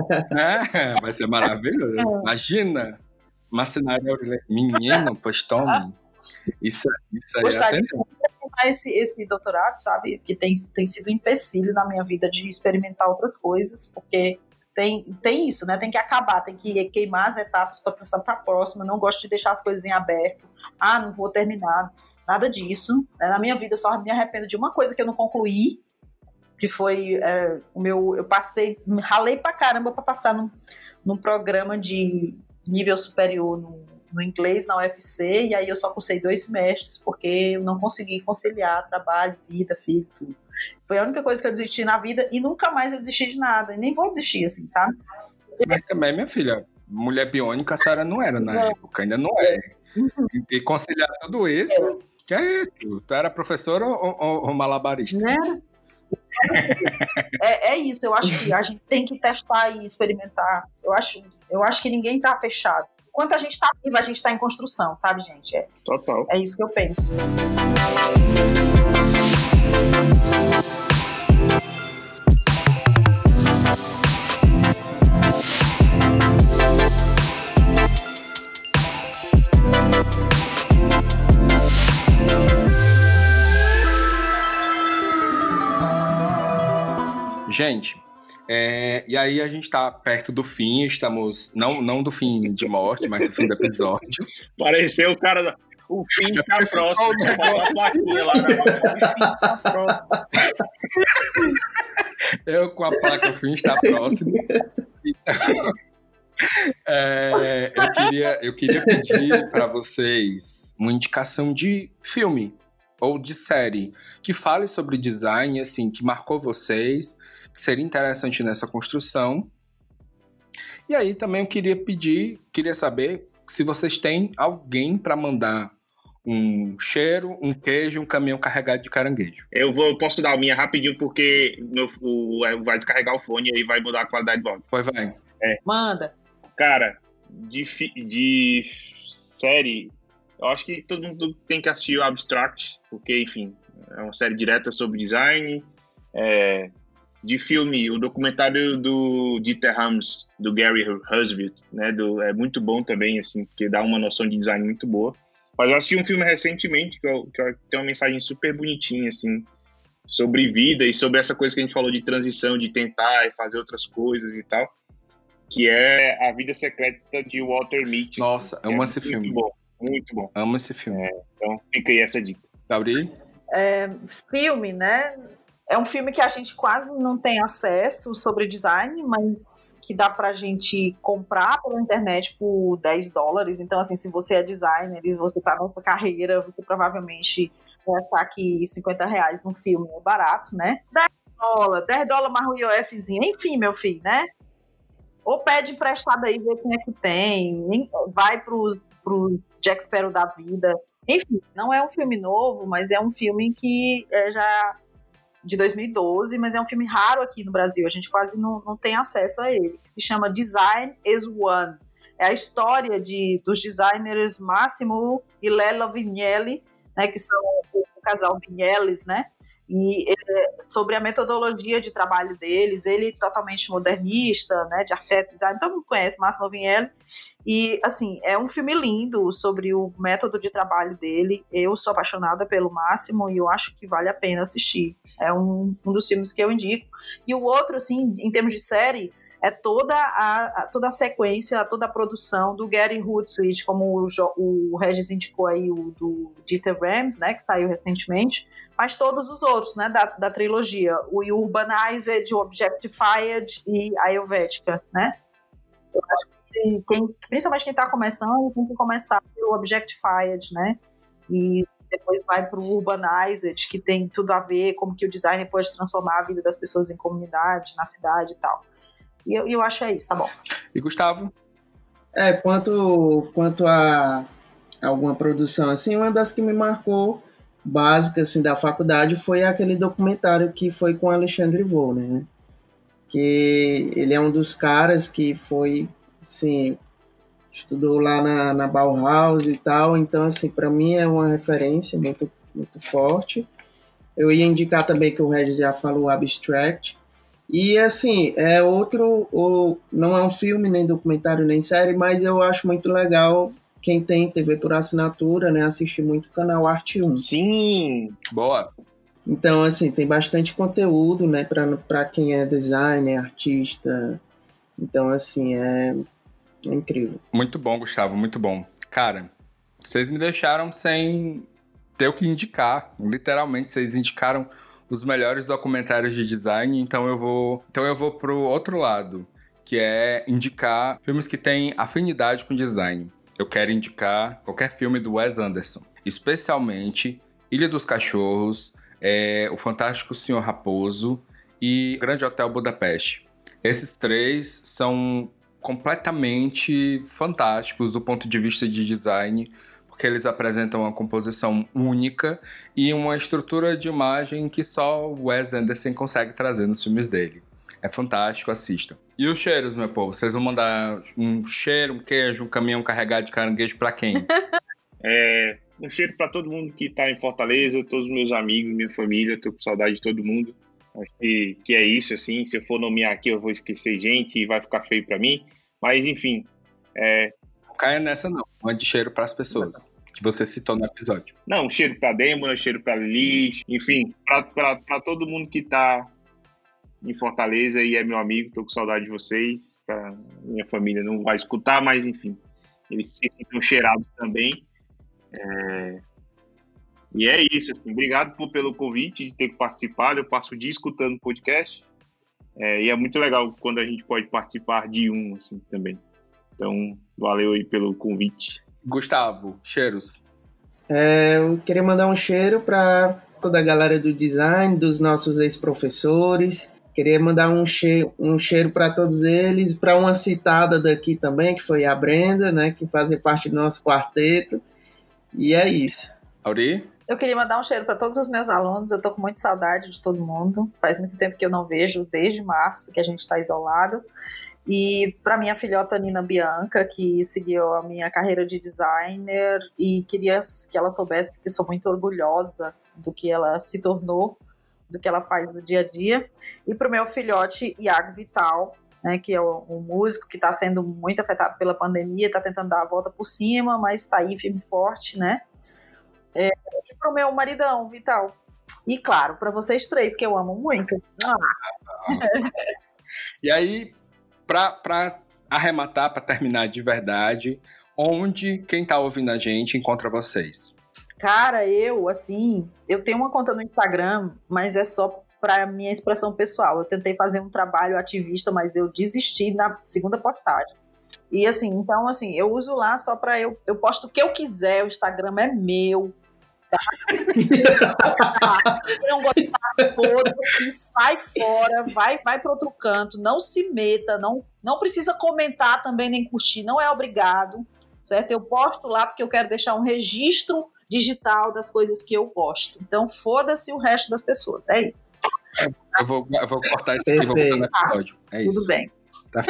Vai ser maravilhoso. Imagina, marcenaria, menino, pois tome. Isso aí gostaria de terminar esse doutorado, sabe? Que tem sido um empecilho na minha vida de experimentar outras coisas, porque tem isso, né? Tem que acabar, tem que queimar as etapas para passar para a próxima. Não gosto de deixar as coisas em aberto. Não vou terminar. Nada disso. Na minha vida, eu só me arrependo de uma coisa que eu não concluí, que foi eu ralei pra caramba para passar num programa de nível superior no inglês na UFC, e aí eu só cursei 2 semestres, porque eu não consegui conciliar trabalho, vida, filho, tudo. Foi a única coisa que eu desisti na vida, e nunca mais eu desisti de nada, e nem vou desistir, assim, sabe? Mas também, minha filha, mulher biônica a senhora não era na época, ainda não é. E conciliar tudo isso, que é isso? Tu era professora ou malabarista? Né? É isso, eu acho que a gente tem que testar e experimentar. Eu acho que ninguém tá fechado. Enquanto a gente tá vivo, a gente tá em construção, sabe, gente? Total. É isso que eu penso. Gente, e aí a gente tá perto do fim, estamos, não do fim de morte, mas do fim do episódio. Pareceu o cara, o fim tá próximo, a plaquinha lá na Eu com a placa, o fim está próximo. Então, eu queria pedir para vocês uma indicação de filme ou de série que fale sobre design, assim, que marcou vocês, que seria interessante nessa construção. E aí também eu queria saber se vocês têm alguém para mandar um cheiro, um queijo, um caminhão carregado de caranguejo. Eu posso dar a minha rapidinho, porque vai descarregar o fone e aí vai mudar a qualidade do áudio. Pois vai. Manda. Cara, de série, eu acho que todo mundo tem que assistir o Abstract, porque, enfim, é uma série direta sobre design. De filme, o documentário do Dieter Rams, do Gary Husband, né, é muito bom também, assim, porque dá uma noção de design muito boa. Mas eu assisti um filme recentemente que tem uma mensagem super bonitinha, assim, sobre vida e sobre essa coisa que a gente falou de transição, de tentar e fazer outras coisas e tal, que é A Vida Secreta de Walter Mitty. Nossa, assim, amo esse filme. Muito bom, muito bom. Amo esse filme. Então fica aí essa dica. Gabriel? Filme, né? É um filme que a gente quase não tem acesso sobre design, mas que dá pra gente comprar pela internet por $10. Então, assim, se você é designer e você tá nessa carreira, você provavelmente vai achar que R$50 num filme é barato, né? $10 mais o IOFzinho. Enfim, meu filho, né? Ou pede emprestado aí, vê quem é que tem. Vai pros Jack Sparrow da vida. Enfim, não é um filme novo, mas é um filme que já... de 2012, mas é um filme raro aqui no Brasil, a gente quase não tem acesso a ele, que se chama Design is One. É a história dos designers Massimo e Lella Vignelli, né, que são o casal Vignellis, né, e sobre a metodologia de trabalho deles, ele totalmente modernista, né, de arquiteto, design, todo mundo conhece Massimo Vignelli, e assim, é um filme lindo sobre o método de trabalho dele. Eu sou apaixonada pelo Máximo e eu acho que vale a pena assistir, é um dos filmes que eu indico. E o outro, assim, em termos de série, é toda a sequência, toda a produção do Gary Hootsuite, como o Regis indicou aí, o do Dieter Rams, né, que saiu recentemente, mas todos os outros, né, da trilogia, o Urbanized, o Objectified e a Helvética, né. Eu acho que principalmente quem está começando, tem que começar pelo Objectified, né, e depois vai para o Urbanized, que tem tudo a ver, como que o design pode transformar a vida das pessoas em comunidade, na cidade e tal. E eu acho isso, tá bom. E Gustavo? Quanto a alguma produção, assim, uma das que me marcou, básica, assim, da faculdade, foi aquele documentário que foi com Alexandre Wollner, né? Que ele é um dos caras que foi, assim, estudou lá na Bauhaus e tal, então, assim, para mim é uma referência muito, muito forte. Eu ia indicar também, que o Regis já falou, Abstract. E, assim, não é um filme, nem documentário, nem série, mas eu acho muito legal quem tem TV por assinatura, né, assistir muito o canal Arte 1. Sim! Boa! Então, assim, tem bastante conteúdo, né, para quem é designer, artista. Então, assim, é incrível. Muito bom, Gustavo, muito bom. Cara, vocês me deixaram sem ter o que indicar. Literalmente, vocês indicaram os melhores documentários de design, então eu vou pro outro lado, que é indicar filmes que têm afinidade com design. eu quero indicar qualquer filme do Wes Anderson, especialmente Ilha dos Cachorros, O Fantástico Senhor Raposo e Grande Hotel Budapeste. Esses três são completamente fantásticos do ponto de vista de design, porque eles apresentam uma composição única e uma estrutura de imagem que só o Wes Anderson consegue trazer nos filmes dele. É fantástico, assistam. E os cheiros, meu povo? Vocês vão mandar um cheiro, um queijo, um caminhão carregado de caranguejo pra quem? Um cheiro para todo mundo que tá em Fortaleza, todos os meus amigos, minha família, tô com saudade de todo mundo. Acho que é isso, assim, se eu for nomear aqui eu vou esquecer gente e vai ficar feio para mim, mas enfim. Não caia nessa não, mande cheiro pras pessoas, que você citou no episódio. Não, cheiro pra Débora, cheiro pra Liz, enfim, pra todo mundo que tá em Fortaleza e é meu amigo, tô com saudade de vocês, pra minha família não vai escutar, mas enfim, eles se sintam cheirados também. E é isso, assim, obrigado pelo convite de ter participado, eu passo o dia escutando o podcast, e é muito legal quando a gente pode participar de um, assim, também. Então, valeu aí pelo convite. Gustavo, cheiros. Eu queria mandar um cheiro para toda a galera do design, dos nossos ex-professores. Queria mandar um cheiro para todos eles, para uma citada daqui também, que foi a Brenda, né, que fazia parte do nosso quarteto. E é isso. Auri? Eu queria mandar um cheiro para todos os meus alunos, eu tô com muita saudade de todo mundo. Faz muito tempo que eu não vejo, desde março, que a gente está isolado. E para minha filhota Nina Bianca, que seguiu a minha carreira de designer e queria que ela soubesse que sou muito orgulhosa do que ela se tornou, do que ela faz no dia a dia. E para o meu filhote Iago Vital, né, que é um músico que está sendo muito afetado pela pandemia, está tentando dar a volta por cima, mas está aí firme e forte, né? E para o meu maridão Vital. E claro, para vocês três, que eu amo muito. E aí, para arrematar, para terminar de verdade, onde quem tá ouvindo a gente encontra vocês? Cara, eu tenho uma conta no Instagram, mas é só para minha expressão pessoal. Eu tentei fazer um trabalho ativista, mas eu desisti na segunda postagem. E então, eu uso lá só para eu posto o que eu quiser, o Instagram é meu. Não gostar, foda-se, sai fora, vai para outro canto, não se meta, não precisa comentar também nem curtir, não é obrigado, certo? Eu posto lá porque eu quero deixar um registro digital das coisas que eu gosto. Então foda-se o resto das pessoas, é isso. Eu vou cortar isso aqui e vou botar no episódio. É isso. Tudo bem. Tá.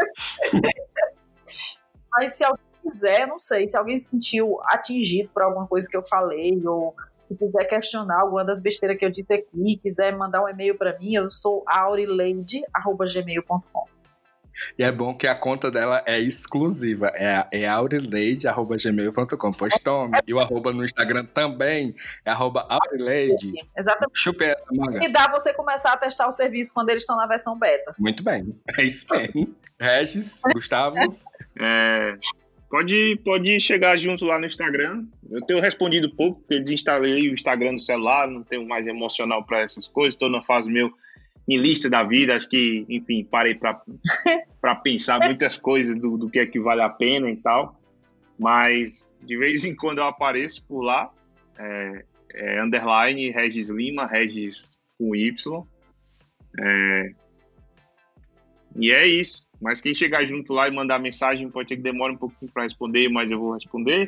Mas se alguém quiser, não sei, se alguém se sentiu atingido por alguma coisa que eu falei, ou se quiser questionar alguma das besteiras que eu disse aqui, quiser mandar um e-mail para mim, eu sou aurileide@gmail.com. E é bom que a conta dela é exclusiva, é aurileide@gmail.com. Pois tome, e o arroba no Instagram também é @aurileide. Exatamente. Chupei essa manga. E dá você começar a testar o serviço quando eles estão na versão beta. Muito bem, é isso mesmo. Regis, Gustavo? Pode chegar junto lá no Instagram. Eu tenho respondido pouco, porque eu desinstalei o Instagram do celular, não tenho mais emocional para essas coisas, estou na fase minha lista da vida, acho que, enfim, parei para pensar muitas coisas do que é que vale a pena e tal, mas de vez em quando eu apareço por lá, underline Regis Lima, Regis com Y, e é isso. Mas quem chegar junto lá e mandar mensagem, pode ser que demore um pouquinho para responder, mas eu vou responder.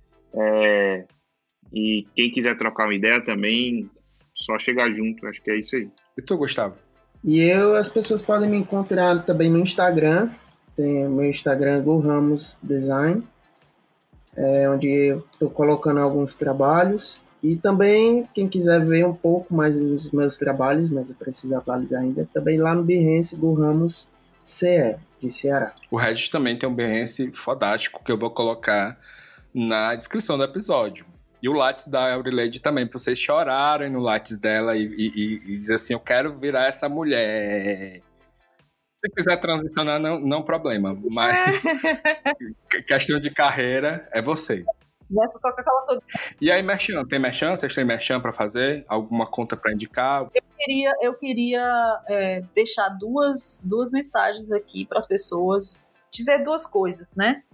E quem quiser trocar uma ideia também, só chegar junto, acho que é isso aí. E tu, Gustavo? E as pessoas podem me encontrar também no Instagram. Tem o meu Instagram, Gu Ramos Design, onde eu estou colocando alguns trabalhos. E também, quem quiser ver um pouco mais dos meus trabalhos, mas eu preciso atualizar ainda, também lá no Behance, Gu Ramos CE, de Ceará. O Regis também tem um Behance fodástico que eu vou colocar na descrição do episódio. E o Lattes da Aurileide também, pra vocês chorarem no Lattes dela e dizer assim, eu quero virar essa mulher. Se quiser transicionar, não problema. Mas questão de carreira é você. E aí, merchan? Tem merchan? Vocês têm merchan pra fazer? Alguma conta pra indicar? Eu queria deixar duas mensagens aqui para as pessoas, dizer duas coisas, né?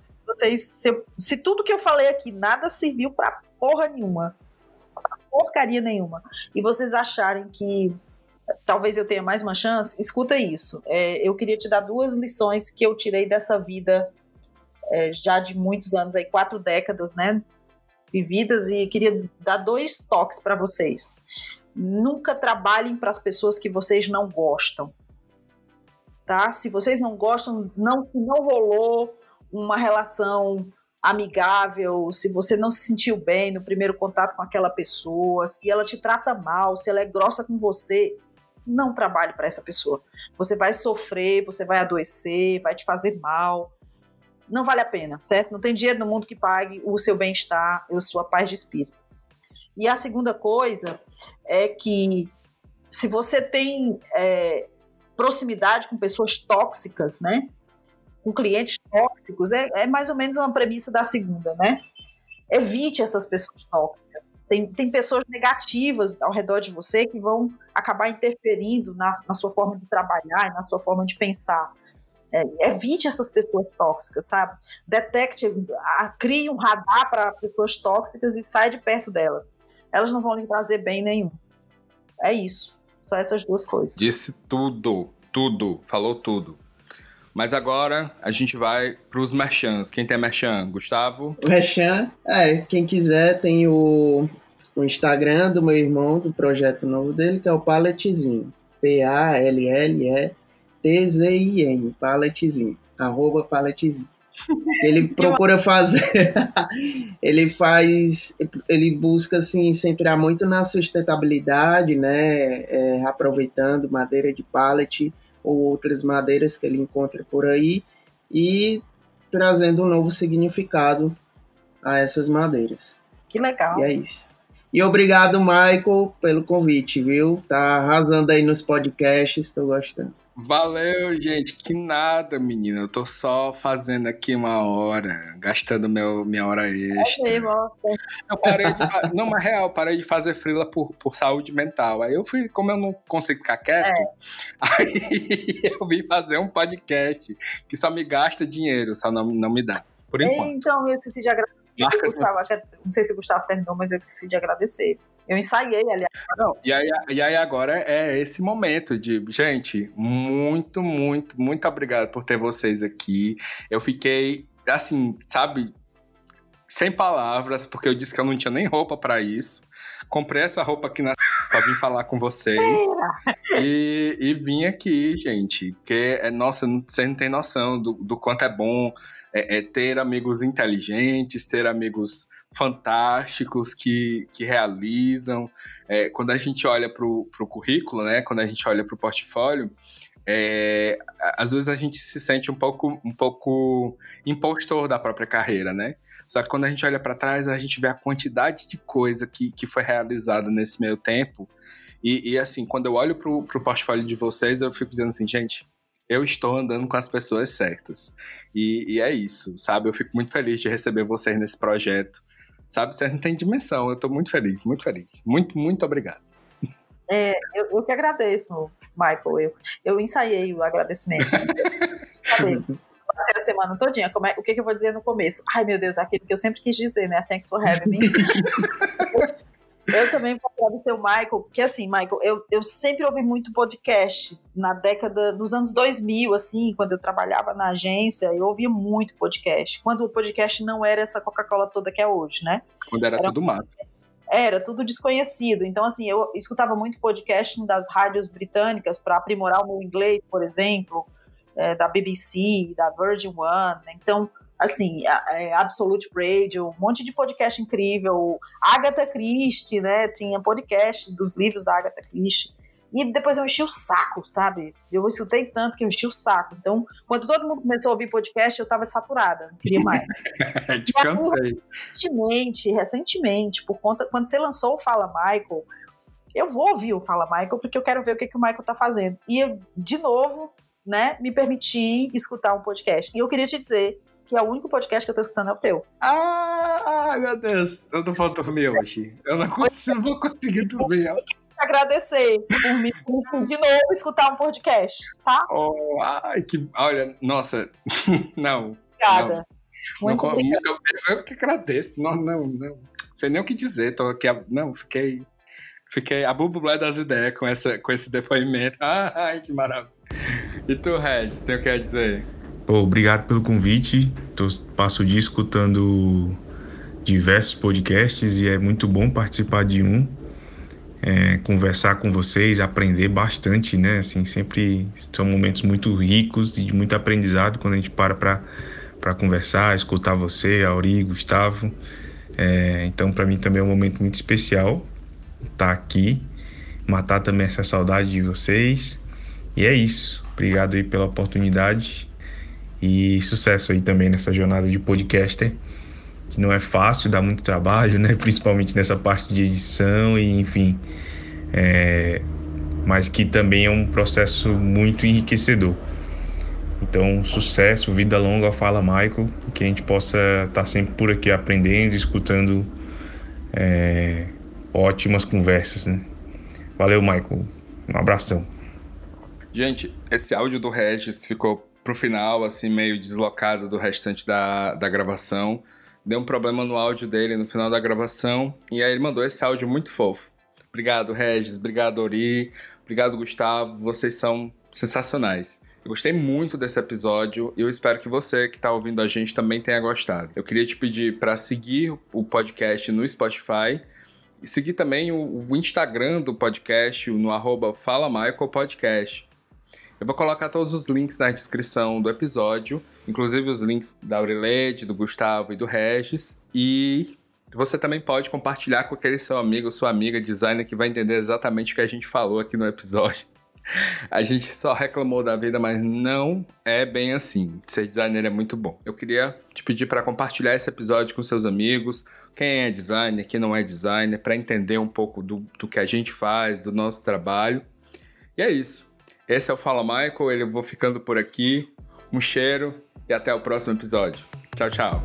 Se tudo que eu falei aqui, nada serviu pra porra nenhuma, porcaria nenhuma, e vocês acharem que talvez eu tenha mais uma chance, escuta isso. Eu queria te dar 2 lições que eu tirei dessa vida já de muitos anos, aí 4 décadas, né, vividas, e queria dar 2 toques para vocês. Nunca trabalhem para as pessoas que vocês não gostam, tá? Se vocês não gostam, não rolou uma relação amigável, se você não se sentiu bem no primeiro contato com aquela pessoa, se ela te trata mal, se ela é grossa com você, não trabalhe para essa pessoa. Você vai sofrer, você vai adoecer, vai te fazer mal. Não vale a pena, certo? Não tem dinheiro no mundo que pague o seu bem-estar, a sua paz de espírito. E a segunda coisa é que se você tem proximidade com pessoas tóxicas, né? Com clientes tóxicos, é mais ou menos uma premissa da segunda, né? Evite essas pessoas tóxicas. Tem pessoas negativas ao redor de você que vão acabar interferindo na sua forma de trabalhar e na sua forma de pensar. Evite essas pessoas tóxicas, sabe? Detecte, crie um radar para pessoas tóxicas e sai de perto delas. Elas não vão lhe trazer bem nenhum. É isso. Só essas 2 coisas. Disse tudo, falou tudo. Mas agora a gente vai para os merchans. Quem tem merchan? Gustavo? Merchan, quem quiser tem o Instagram do meu irmão, do projeto novo dele, que é o Paletzinho. PALLETZIN, Paletzinho, @Paletzinho. Ele procura fazer, ele busca assim, centrar muito na sustentabilidade, né, aproveitando madeira de pallet ou outras madeiras que ele encontra por aí e trazendo um novo significado a essas madeiras. Que legal. E é isso. E obrigado, Michael, pelo convite, viu? Tá arrasando aí nos podcasts, tô gostando. Valeu, gente. Que nada, menina. Eu tô só fazendo aqui uma hora, gastando minha hora extra. Eu parei de não, mas real, parei de fazer freela por saúde mental. Aí eu fui, como eu não consigo ficar quieto, aí eu vim fazer um podcast que só me gasta dinheiro, só não me dá, por enquanto. Então, eu esqueci de agradecer. Não sei se o Gustavo terminou, mas eu esqueci de agradecer. Eu ensaiei, aliás. Não, e aí agora é esse momento de... Gente, muito, muito, muito obrigado por ter vocês aqui. Eu fiquei, assim, sabe, sem palavras, porque eu disse que eu não tinha nem roupa pra isso. Comprei essa roupa aqui pra vir falar com vocês. E vim aqui, gente. Porque, nossa, vocês não têm noção do quanto é bom ter amigos inteligentes, ter amigos fantásticos que realizam. Quando a gente olha pro currículo, né? Quando a gente olha pro portfólio, às vezes a gente se sente um pouco impostor da própria carreira, né? Só que quando a gente olha para trás, a gente vê a quantidade de coisa que foi realizada nesse meio tempo. E assim, quando eu olho pro portfólio de vocês, eu fico dizendo assim, gente, eu estou andando com as pessoas certas. E é isso, sabe? Eu fico muito feliz de receber vocês nesse projeto. Sabe? Vocês não têm dimensão. Eu estou muito feliz, muito feliz. Muito, muito obrigado. Eu que agradeço, Michael. Eu ensaiei o agradecimento. Passei a semana todinha. O que eu vou dizer no começo? Ai, meu Deus, aquilo que eu sempre quis dizer, né? Thanks for having me. Eu também vou agradecer o Michael, porque assim, Michael, eu sempre ouvi muito podcast nos anos 2000, assim, quando eu trabalhava na agência, eu ouvia muito podcast. Quando o podcast não era essa Coca-Cola toda que é hoje, né? Quando era tudo mato. Era tudo desconhecido. Então, assim, eu escutava muito podcast das rádios britânicas para aprimorar o meu inglês, por exemplo, da BBC, da Virgin One. Então, assim, Absolute Radio, um monte de podcast incrível. Agatha Christie, né? Tinha podcast dos livros da Agatha Christie. E depois eu enchi o saco, sabe? Eu escutei tanto que eu enchi o saco. Então, quando todo mundo começou a ouvir podcast, eu tava saturada, não queria mais. Te cansei. Recentemente, por conta, quando você lançou o Fala Michael, eu vou ouvir o Fala Michael, porque eu quero ver o que o Michael tá fazendo. E eu, de novo, né, me permiti escutar um podcast. E eu queria te dizer que o único podcast que eu tô escutando é o teu. Ah, meu Deus, eu não vou dormir hoje. Eu não vou conseguir dormir. Eu queria te agradecer por me de novo escutar um podcast, tá? Olha, nossa, não. Obrigada. Muito obrigada. Eu que agradeço. Não sei nem o que dizer. Tô aqui, fiquei a bublé das ideias com esse depoimento. Ai, que maravilha. E tu, Regis, tem o que a dizer? Pô, obrigado pelo convite. Passo o dia escutando diversos podcasts e é muito bom participar de um. Conversar com vocês, aprender bastante, né? Assim, sempre são momentos muito ricos e de muito aprendizado quando a gente para conversar, escutar você, Auri, Gustavo. Então, para mim também é um momento muito especial estar aqui, matar também essa saudade de vocês. E é isso. Obrigado aí pela oportunidade e sucesso aí também nessa jornada de podcaster, que não é fácil, dá muito trabalho, né? Principalmente nessa parte de edição e enfim, mas que também é um processo muito enriquecedor. Então, sucesso, vida longa ao Fala Michael, que a gente possa estar sempre por aqui aprendendo, escutando ótimas conversas, né? Valeu, Michael, um abração. Gente, esse áudio do Regis ficou pro final, assim, meio deslocado do restante da gravação. Deu um problema no áudio dele no final da gravação, e aí ele mandou esse áudio muito fofo. Obrigado, Regis, obrigado, Ori, obrigado, Gustavo, vocês são sensacionais. Eu gostei muito desse episódio e eu espero que você que está ouvindo a gente também tenha gostado. Eu queria te pedir para seguir o podcast no Spotify e seguir também o Instagram do podcast no @FalaMichaelPodcast. Eu vou colocar todos os links na descrição do episódio, inclusive os links da Aurilede, do Gustavo e do Regis. E você também pode compartilhar com aquele seu amigo, sua amiga, designer, que vai entender exatamente o que a gente falou aqui no episódio. A gente só reclamou da vida, mas não é bem assim. Ser designer é muito bom. Eu queria te pedir para compartilhar esse episódio com seus amigos, quem é designer, quem não é designer, para entender um pouco do que a gente faz, do nosso trabalho. E é isso. Esse é o Fala Michael, eu vou ficando por aqui. Um cheiro e até o próximo episódio. Tchau, tchau.